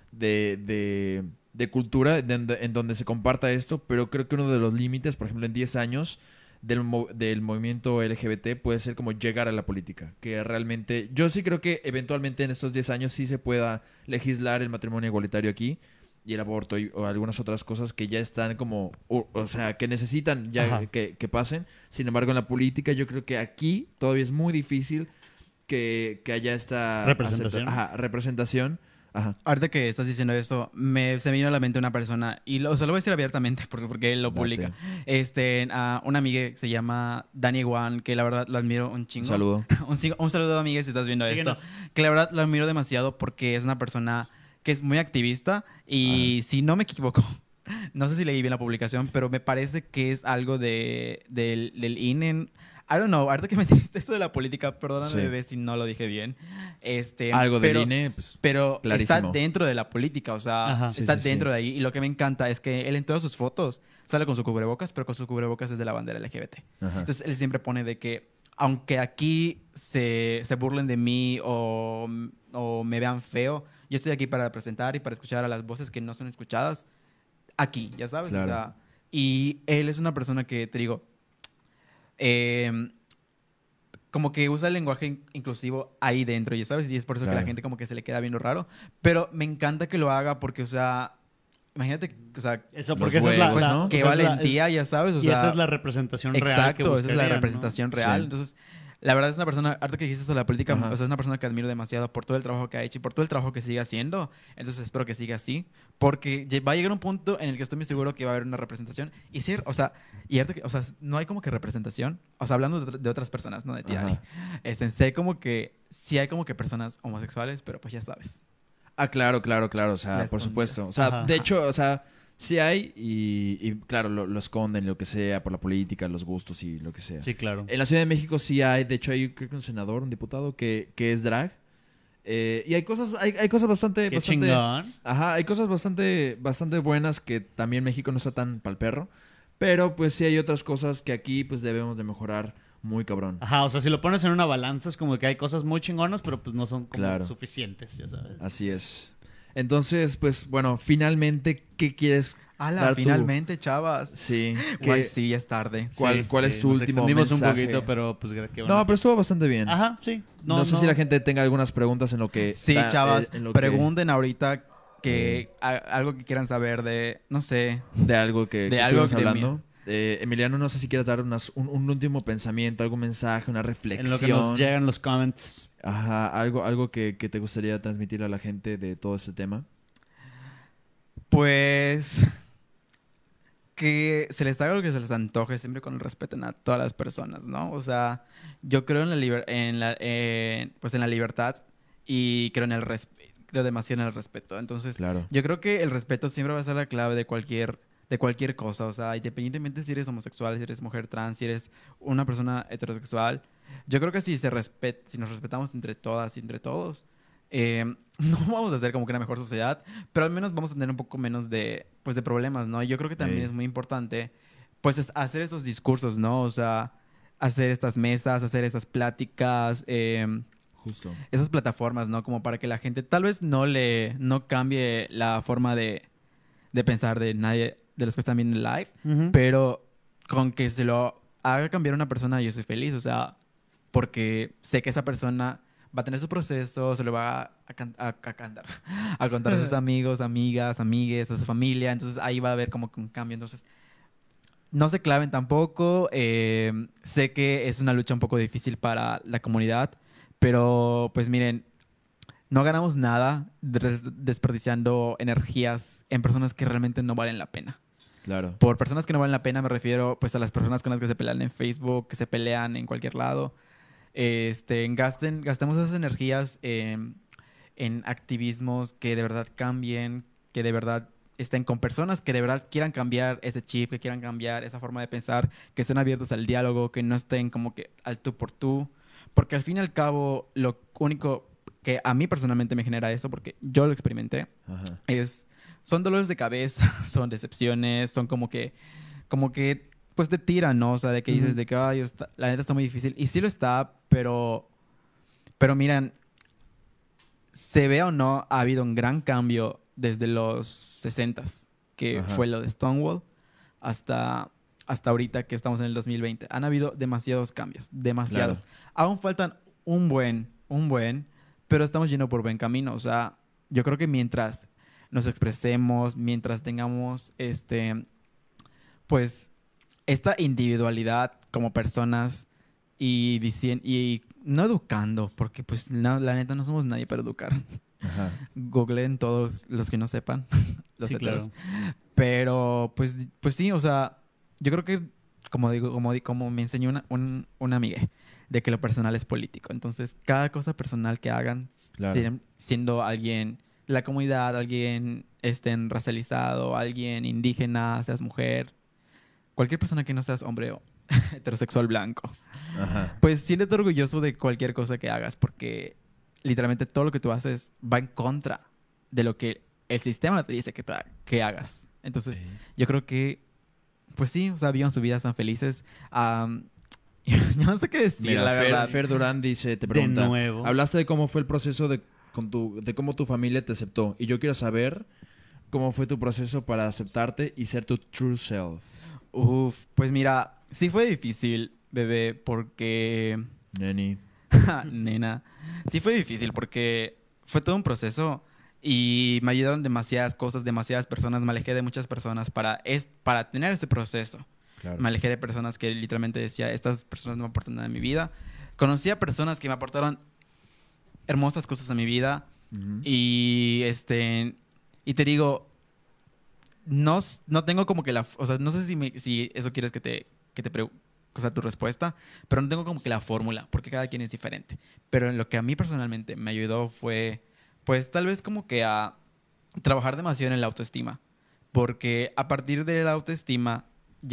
de cultura en donde se comparta esto, pero creo que uno de los límites, por ejemplo, en 10 años del movimiento LGBT puede ser como llegar a la política, que realmente, yo sí creo que eventualmente en estos 10 años sí se pueda legislar el matrimonio igualitario aquí y el aborto o algunas otras cosas que ya están como, o sea, que necesitan ya Ajá. que pasen. Sin embargo, en la política yo creo que aquí todavía es muy difícil que haya esta Representación. representación. Ajá. Ahorita que estás diciendo esto, se me vino a la mente una persona, y o sea, lo voy a decir abiertamente porque él lo Date. publica. Una amiga que se llama Dani Wan, que la verdad la admiro un Un chingo. saludo. Un saludo, amiga, si estás viendo Síguenos. esto. Que la verdad la admiro demasiado porque es una persona que es muy activista y si no me equivoco, no sé si leí bien la publicación, pero me parece que es algo del INE. I don't know, ahorita que me dijiste esto de la política, perdóname, Sí. bebé, si no lo dije bien. Algo del pero, INE, pues, pero está clarísimo. dentro de la política, o sea, Ajá. Sí, está sí, sí. dentro de ahí. Y lo que me encanta es que él en todas sus fotos sale con su cubrebocas, pero con su cubrebocas es de la bandera LGBT. Ajá. Entonces él siempre pone de que, aunque aquí se burlen de mí o me vean feo, yo estoy aquí para representar y para escuchar a las voces que no son escuchadas aquí, ya sabes. Claro. O sea, y él es una persona que, te digo, como que usa el lenguaje inclusivo ahí dentro, ya sabes, y es por eso que Claro. la gente como que se le queda viendo raro. Pero me encanta que lo haga porque, o sea, imagínate, o sea, Eso, Los porque esa es la, huevos, la- ¿no? o qué sea, es la- valentía, ya sabes, o y sea, esa es la representación real que exacto, esa es la buscarían, ¿no? representación real. Sí. Entonces, la verdad es una persona, ahorita que dijiste esto de la política, Ajá. o sea, es una persona que admiro demasiado por todo el trabajo que ha hecho y por todo el trabajo que sigue haciendo. Entonces, espero que siga así, porque va a llegar un punto en el que estoy muy seguro que va a haber una representación. Y sí, o sea, o sea, no hay como que representación, o sea, hablando de otras personas, no de ti, Ajá. Ani. Sé como que sí hay como que personas homosexuales, pero pues ya sabes. Ah, claro, claro, claro. O sea, La por escondida. supuesto. O sea, Ajá. de hecho, o sea, sí hay y claro, lo esconden, lo que sea, por la política, los gustos y lo que sea. Sí, claro. En la Ciudad de México sí hay, de hecho hay creo que un senador, un diputado que es drag. Y hay cosas bastante... Qué bastante chingón. Ajá, hay cosas bastante buenas que también México no está tan pa'l perro. Pero pues sí hay otras cosas que aquí pues debemos de mejorar muy cabrón. Ajá, o sea, si lo pones en una balanza es como que hay cosas muy chingonas, pero pues no son como Claro. suficientes, ya sabes. Así es. Entonces, pues bueno, finalmente, ¿qué quieres ¡Hala! dar tú? Finalmente, chavas. Sí. Guay, sí, ya es tarde. ¿Cuál es tu nos último extendimos mensaje? un poquito, pero pues qué bueno. No, pero estuvo bastante bien. Ajá, sí. No, sé si la gente tenga algunas preguntas en lo que... Sí, chavas, en lo que- pregunten ahorita algo que quieran saber de, no sé. de algo que De algo estuvimos que hablando. Emiliano, no sé si quieres dar un último pensamiento, algún mensaje, una En reflexión. lo que nos llegan los comments. Ajá, algo que te gustaría transmitir a la gente de todo este tema. Pues que se les haga lo que se les antoje, siempre con el respeto a todas las personas, ¿no? O sea, yo creo pues en la libertad y creo demasiado en el respeto. Entonces, Claro. yo creo que el respeto siempre va a ser la clave de cualquier de cualquier cosa, o sea, independientemente si eres homosexual, si eres mujer trans, si eres una persona heterosexual, yo creo que si si nos respetamos entre todas y entre todos, no vamos a ser como que una mejor sociedad, pero al menos vamos a tener un poco menos de, pues, de problemas, ¿no? Y yo creo que también es muy importante, pues, hacer esos discursos, ¿no? O sea, hacer estas mesas, hacer estas pláticas, Justo. esas plataformas, ¿no? Como para que la gente tal vez no cambie la forma de pensar de nadie, de los que están viendo el live, pero con que se lo haga cambiar a una persona, yo soy feliz, o sea, porque sé que esa persona va a tener su proceso, se lo va a contar a sus amigos, amigas, amigues, a su familia, entonces ahí va a haber como que un cambio, entonces no se claven tampoco, sé que es una lucha un poco difícil para la comunidad, pero pues miren, no ganamos nada desperdiciando energías en personas que realmente no valen la pena. Claro. Por personas que no valen la pena me refiero pues a las personas con las que se pelean en Facebook, que se pelean en cualquier lado. Gastemos esas energías en activismos que de verdad cambien, que de verdad estén con personas que de verdad quieran cambiar ese chip, que quieran cambiar esa forma de pensar, que estén abiertos al diálogo, que no estén como que al tú por tú. Porque al fin y al cabo, lo único que a mí personalmente me genera eso, porque yo lo experimenté, Ajá. son dolores de cabeza, son decepciones, son como que, pues te tiran, ¿no? O sea, de que dices de que, ay, la neta está muy difícil. Y sí lo está, pero miren, se ve o no, ha habido un gran cambio desde los 60s, que Ajá. fue lo de Stonewall, hasta ahorita que estamos en el 2020. Han habido demasiados cambios, demasiados. Claro. Aún faltan un buen, pero estamos yendo por buen camino. O sea, yo creo que mientras nos expresemos, mientras tengamos pues esta individualidad como personas y no educando, porque pues no, la neta no somos nadie para educar. Ajá. Googleen todos los que no sepan, los Sí, heteros. claro. Pero pues sí, o sea, yo creo que como me enseñó una amiga, de que lo personal es político. Entonces, cada cosa personal que hagan, Claro. siendo alguien de la comunidad, alguien racializado, alguien indígena, seas mujer, cualquier persona que no seas hombre o heterosexual blanco, Ajá. pues siéntete orgulloso de cualquier cosa que hagas, porque literalmente todo lo que tú haces va en contra de lo que el sistema te dice que hagas. Entonces, Sí. yo creo que, pues sí, o sea, vivan su vida, sean felices. Yo no sé qué decir, Mira, la verdad. Fer Durán dice, te pregunta, nuevo. hablaste de cómo fue el proceso de cómo tu familia te aceptó. Y yo quiero saber cómo fue tu proceso para aceptarte y ser tu true self. Uf, pues mira, sí fue difícil, bebé, porque... Neni. Nena. Sí fue difícil porque fue todo un proceso y me ayudaron demasiadas cosas, demasiadas personas. Me alejé de muchas personas para tener este proceso. Claro. Me alejé de personas que literalmente decía, estas personas no me aportan nada en mi vida. Conocí a personas que me aportaron hermosas cosas a mi vida. Ujú. Y y te digo, no tengo como que o sea, no sé si eso quieres o sea, tu respuesta, pero no tengo como que la fórmula, porque cada quien es diferente. Pero en lo que a mí personalmente me ayudó fue, pues tal vez como que a trabajar demasiado en la autoestima, porque a partir de la autoestima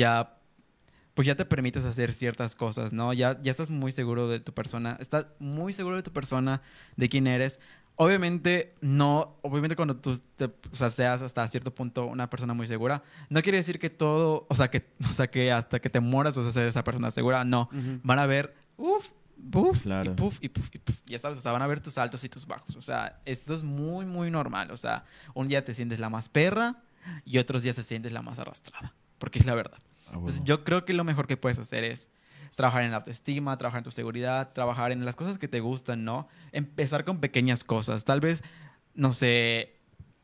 pues ya te permites hacer ciertas cosas, ¿no? Ya estás muy seguro de tu persona, estás muy seguro de tu persona, de quién eres. Obviamente cuando tú o sea, seas hasta cierto punto una persona muy segura, no quiere decir que todo, o sea, que hasta que te mueras vas a ser esa persona segura, no. Van a ver, Claro. y puff, y puff, y puff. Ya sabes, o sea, van a ver tus altos y tus bajos. O sea, esto es muy, muy normal. O sea, un día te sientes la más perra y otros días te sientes la más arrastrada, porque es la verdad. Ah, huevo. Entonces, yo creo que lo mejor que puedes hacer es trabajar en la autoestima, trabajar en tu seguridad, trabajar en las cosas que te gustan, ¿no? Empezar con pequeñas cosas. Tal vez, no sé,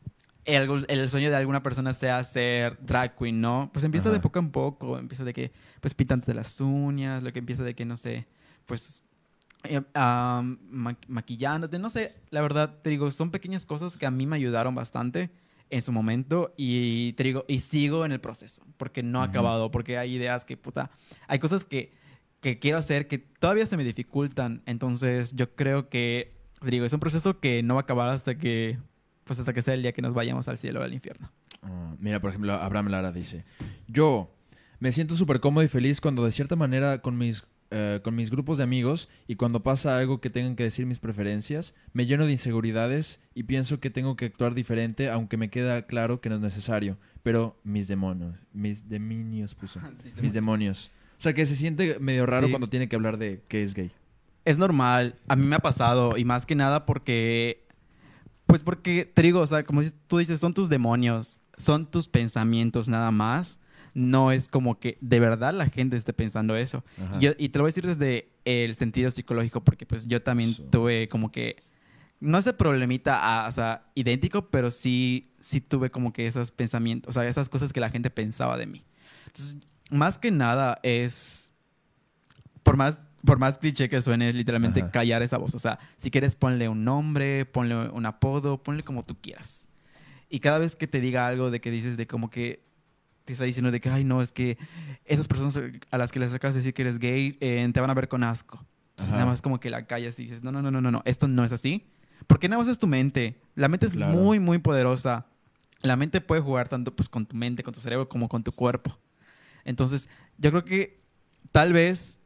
el sueño de alguna persona sea ser drag queen, ¿no? Pues empieza de Ajá. poco en poco. Empieza de que, pues, pintándote las uñas, lo que empieza de que, no sé, pues, maquillándote, no sé. La verdad, te digo, son pequeñas cosas que a mí me ayudaron bastante en su momento y te digo, y sigo en el proceso, porque no ha Ujú. acabado, porque hay ideas que, puta, hay cosas que quiero hacer que todavía se me dificultan. Entonces, yo creo que, te digo, es un proceso que no va a acabar hasta que sea el día que nos vayamos al cielo o al infierno. Mira, por ejemplo, Abraham Lara dice: yo me siento súper cómodo y feliz cuando de cierta manera con mis grupos de amigos y cuando pasa algo que tengan que decir mis preferencias, me lleno de inseguridades y pienso que tengo que actuar diferente, aunque me queda claro que no es necesario. Pero mis demonios puso. Mis demonios. O sea, que se siente medio raro Sí. cuando tiene que hablar de que es gay. Es normal. A mí me ha pasado. Y más que nada porque... Pues porque, te digo, o sea, como tú dices, son tus demonios. Son tus pensamientos nada más. No es como que de verdad la gente esté pensando eso. Ajá. Y te lo voy a decir desde el sentido psicológico, porque pues yo también Eso. tuve como que... No ese problemita, o sea, idéntico, pero sí tuve como que esos pensamientos, o sea, esas cosas que la gente pensaba de mí. Entonces, más que nada es... Por más cliché que suene, es literalmente Ajá. callar esa voz. O sea, si quieres ponle un nombre, ponle un apodo, ponle como tú quieras. Y cada vez que te diga algo de que dices de como que te está diciendo de que, ay, no, es que esas personas a las que les acabas de decir que eres gay te van a ver con asco. Entonces Ajá. nada más como que la callas y dices, no, esto no es así. Porque nada más es tu mente. La mente es Claro. muy, muy poderosa. La mente puede jugar tanto pues con tu mente, con tu cerebro, como con tu cuerpo. Entonces, yo creo que tal vez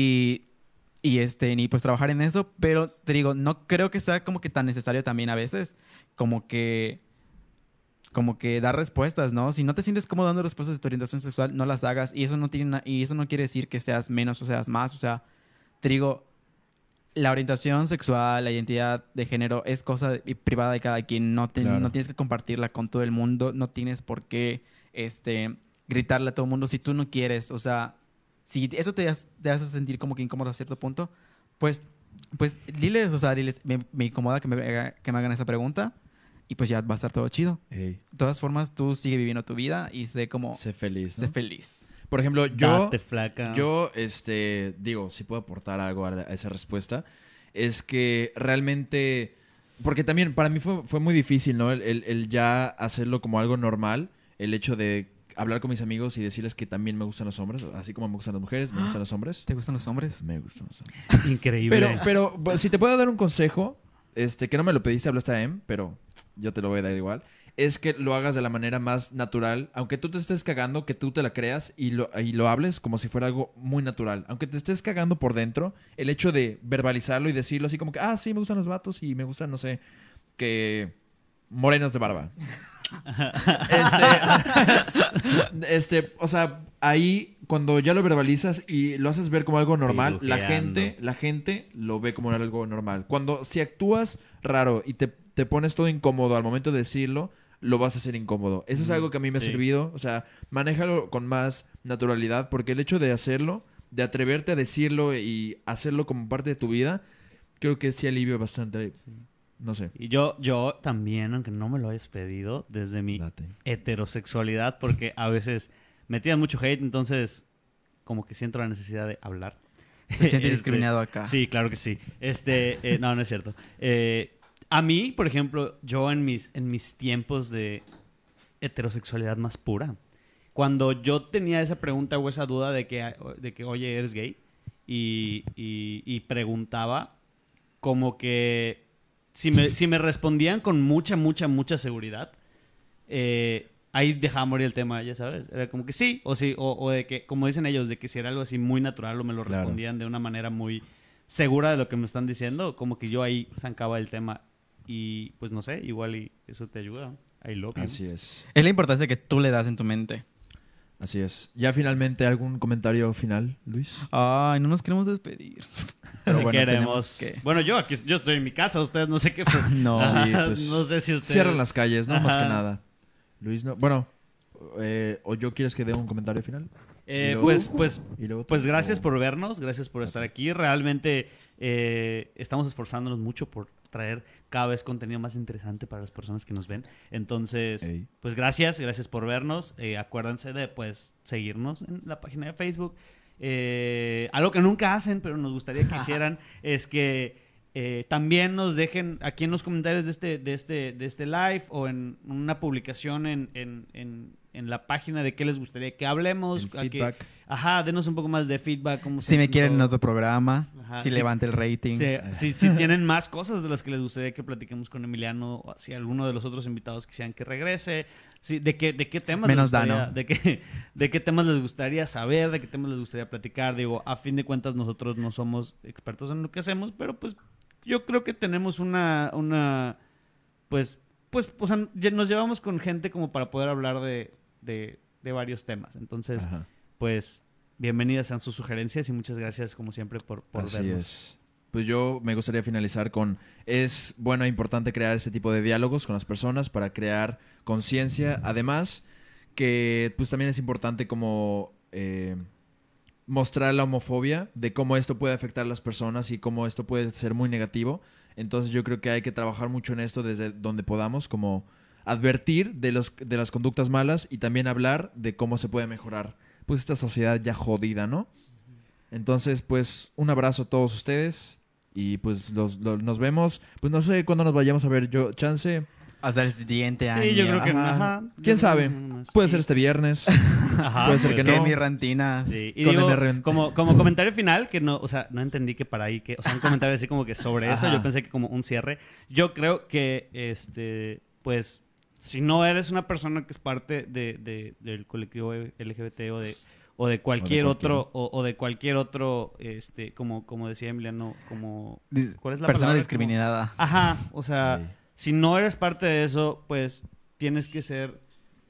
y pues trabajar en eso, pero te digo, no creo que sea como que tan necesario también a veces, como que dar respuestas, ¿no? Si no te sientes cómodo dando respuestas de tu orientación sexual, no las hagas y eso no quiere decir que seas menos o seas más, o sea, te digo, la orientación sexual, la identidad de género es cosa privada de cada quien, Claro. no tienes que compartirla con todo el mundo, no tienes por qué gritarle a todo el mundo si tú no quieres, o sea, si eso te hace sentir como que incómodo a cierto punto, pues diles, o sea, me incomoda que me hagan esa pregunta y pues ya va a estar todo chido. Ey, De todas formas, tú sigue viviendo tu vida y sé feliz, ¿no? sé feliz. Por ejemplo, yo... Date, flaca. Yo, digo, si puedo aportar algo a esa respuesta, es que realmente, porque también para mí fue muy difícil, ¿no? El ya hacerlo como algo normal, el hecho de hablar con mis amigos y decirles que también me gustan los hombres, así como me gustan las mujeres, me gustan los hombres. ¿Te gustan los hombres? Me gustan los hombres. Increíble. Pero pues, si te puedo dar un consejo, que no me lo pediste, hablaste a Em, pero yo te lo voy a dar igual. Es que lo hagas de la manera más natural. Aunque tú te estés cagando, que tú te la creas y lo hables como si fuera algo muy natural. Aunque te estés cagando por dentro, el hecho de verbalizarlo y decirlo así como que, sí, me gustan los vatos y me gustan, no sé, que morenos de barba. O sea, ahí cuando ya lo verbalizas y lo haces ver como algo normal, la gente lo ve como algo normal. Si actúas raro y te pones todo incómodo al momento de decirlo, lo vas a hacer incómodo. Eso es algo que a mí me ha Sí. servido. O sea, manéjalo con más naturalidad, porque el hecho de hacerlo, de atreverte a decirlo y hacerlo como parte de tu vida, creo que sí alivia bastante. No sé. Y yo también, aunque no me lo hayas pedido, desde mi Date. heterosexualidad, porque a veces me tiran mucho hate, entonces como que siento la necesidad de hablar. Se siente discriminado acá. Sí, claro que sí. No es cierto. A mí, por ejemplo, yo en mis tiempos de heterosexualidad más pura, cuando yo tenía esa pregunta o esa duda de que oye, ¿eres gay? Y preguntaba, como que si me respondían con mucha seguridad, ahí dejaba morir el tema, ya sabes. Era como que sí, o de que, como dicen ellos, de que si era algo así muy natural o me lo Claro. respondían de una manera muy segura de lo que me están diciendo, como que yo ahí zancaba el tema y pues no sé, igual y eso te ayuda. I love you. Así es. Es la importancia que tú le das en tu mente. Así es. Ya finalmente, ¿algún comentario final, Luis? Ay, no nos queremos despedir. Pero Si bueno, queremos. tenemos que... Bueno, yo estoy en mi casa, ustedes no sé qué. No. Sí, pues, no sé si ustedes. Cierran las calles, ¿no? Más Ajá. que nada. Luis, no. Bueno, ¿o yo quieres que dé un comentario final? Y luego- Y luego tú, Pues gracias o- por vernos, gracias por estar aquí. Realmente estamos esforzándonos mucho por traer cada vez contenido más interesante para las personas que nos ven. Entonces, Ey. pues gracias por vernos. Acuérdense de pues seguirnos en la página de Facebook. Algo que nunca hacen, pero nos gustaría que hicieran, es que también nos dejen aquí en los comentarios de este live o en una publicación en la página de qué les gustaría que hablemos. El a que- feedback. Ajá, denos un poco más de feedback. Cómo Si me se- quieren en todo. otro programa. Ajá. Ajá, Si sí. levanta el rating. Si tienen más cosas de las que les gustaría que platiquemos con Emiliano, o si alguno de los otros invitados quisieran que regrese, de qué temas Menos les gustaría, Dano. de qué temas les gustaría saber, de qué temas les gustaría platicar. Digo, a fin de cuentas nosotros no somos expertos en lo que hacemos, pero pues yo creo que tenemos pues, o sea, nos llevamos con gente como para poder hablar de varios temas. Entonces, Ajá. pues, bienvenidas sean sus sugerencias y muchas gracias, como siempre, por Así vernos. es. Pues yo me gustaría finalizar con... Es bueno e importante crear este tipo de diálogos con las personas para crear conciencia. Además, que pues también es importante como mostrar la homofobia, de cómo esto puede afectar a las personas y cómo esto puede ser muy negativo. Entonces yo creo que hay que trabajar mucho en esto desde donde podamos, como advertir de las conductas malas y también hablar de cómo se puede mejorar pues esta sociedad ya jodida, ¿no? Entonces, pues, un abrazo a todos ustedes y pues nos vemos. Pues no sé cuándo nos vayamos a ver yo, chance. Hasta el siguiente año. Sí, yo creo que Ajá. yo ¿Quién creo sabe? que no más. Puede Sí. ser este viernes. Ajá, puede ser que Que no. mi rantinas. Sí. Y Con digo, MR. como comentario final, que no, o sea, no entendí que para ahí, o sea, un comentario así como que sobre eso, Ajá. yo pensé que como un cierre. Yo creo que, pues, si no eres una persona que es parte del colectivo LGBT o de cualquier otro, o de cualquier otro, como decía Emiliano, como, ¿cuál es la Persona palabra? discriminada. Ajá, o sea, Ay. si no eres parte de eso, pues tienes que ser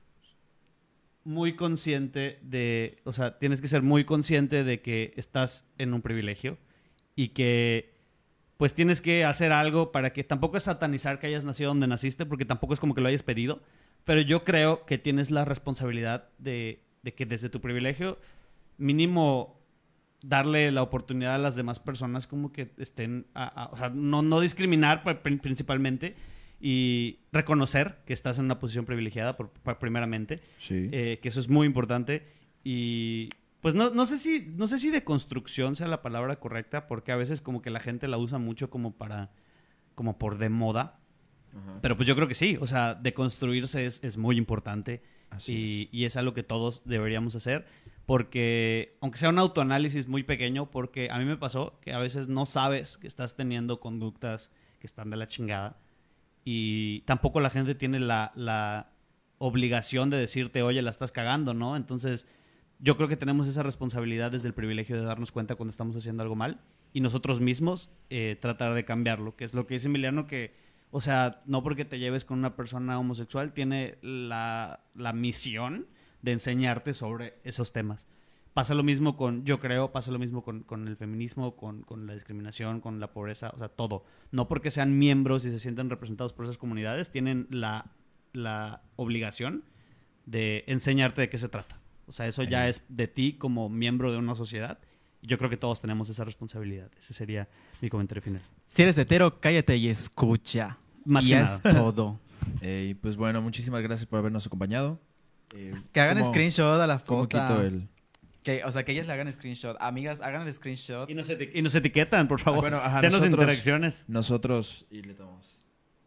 muy consciente tienes que ser muy consciente de que estás en un privilegio y que pues tienes que hacer algo para que tampoco es satanizar que hayas nacido donde naciste, porque tampoco es como que lo hayas pedido, pero yo creo que tienes la responsabilidad de que desde tu privilegio mínimo darle la oportunidad a las demás personas como que estén, o sea, no discriminar principalmente y reconocer que estás en una posición privilegiada primeramente, Sí. que eso es muy importante y pues no sé si de construcción sea la palabra correcta, porque a veces como que la gente la usa mucho como por de moda, Ajá. pero pues yo creo que sí, o sea, deconstruirse es muy importante. Así Y es algo que todos deberíamos hacer, porque aunque sea un autoanálisis muy pequeño, porque a mí me pasó que a veces no sabes que estás teniendo conductas que están de la chingada y tampoco la gente tiene la obligación de decirte, oye, la estás cagando, ¿no? Entonces yo creo que tenemos esa responsabilidad desde el privilegio de darnos cuenta cuando estamos haciendo algo mal y nosotros mismos tratar de cambiarlo, que es lo que dice Emiliano, que o sea, no porque te lleves con una persona homosexual tiene la misión de enseñarte sobre esos temas. Pasa lo mismo pasa lo mismo con el feminismo, con la discriminación, con la pobreza, o sea, todo. No porque sean miembros y se sientan representados por esas comunidades, tienen la obligación de enseñarte de qué se trata. O sea, eso ya es de ti como miembro de una sociedad. Y yo creo que todos tenemos esa responsabilidad. Ese sería mi comentario final. Si eres hetero, cállate y escucha. Más y que es nada. todo. Pues bueno, muchísimas gracias por habernos acompañado. Que hagan ¿cómo- screenshot a la ¿Cómo foto. quito el...? O sea, que ellas le hagan screenshot. Amigas, hagan el screenshot. Y nos etiquetan, por favor. Bueno, ajá, Denos nosotros- interacciones. Nosotros... Y le tomamos.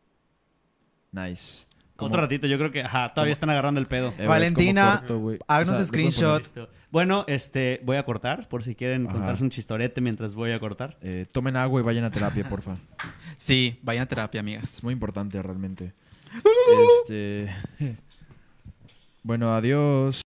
Nice. Otro ratito, yo creo que todavía están agarrando el pedo. Güey, Valentina, ¿cómo corto, güey? háganos ¿le puedo screenshot. Listo. Bueno, voy a cortar, por si quieren Ajá. contarse un chistorete mientras voy a cortar. tomen agua y vayan a terapia, porfa. Sí, vayan a terapia, amigas. Es muy importante realmente. Bueno, adiós.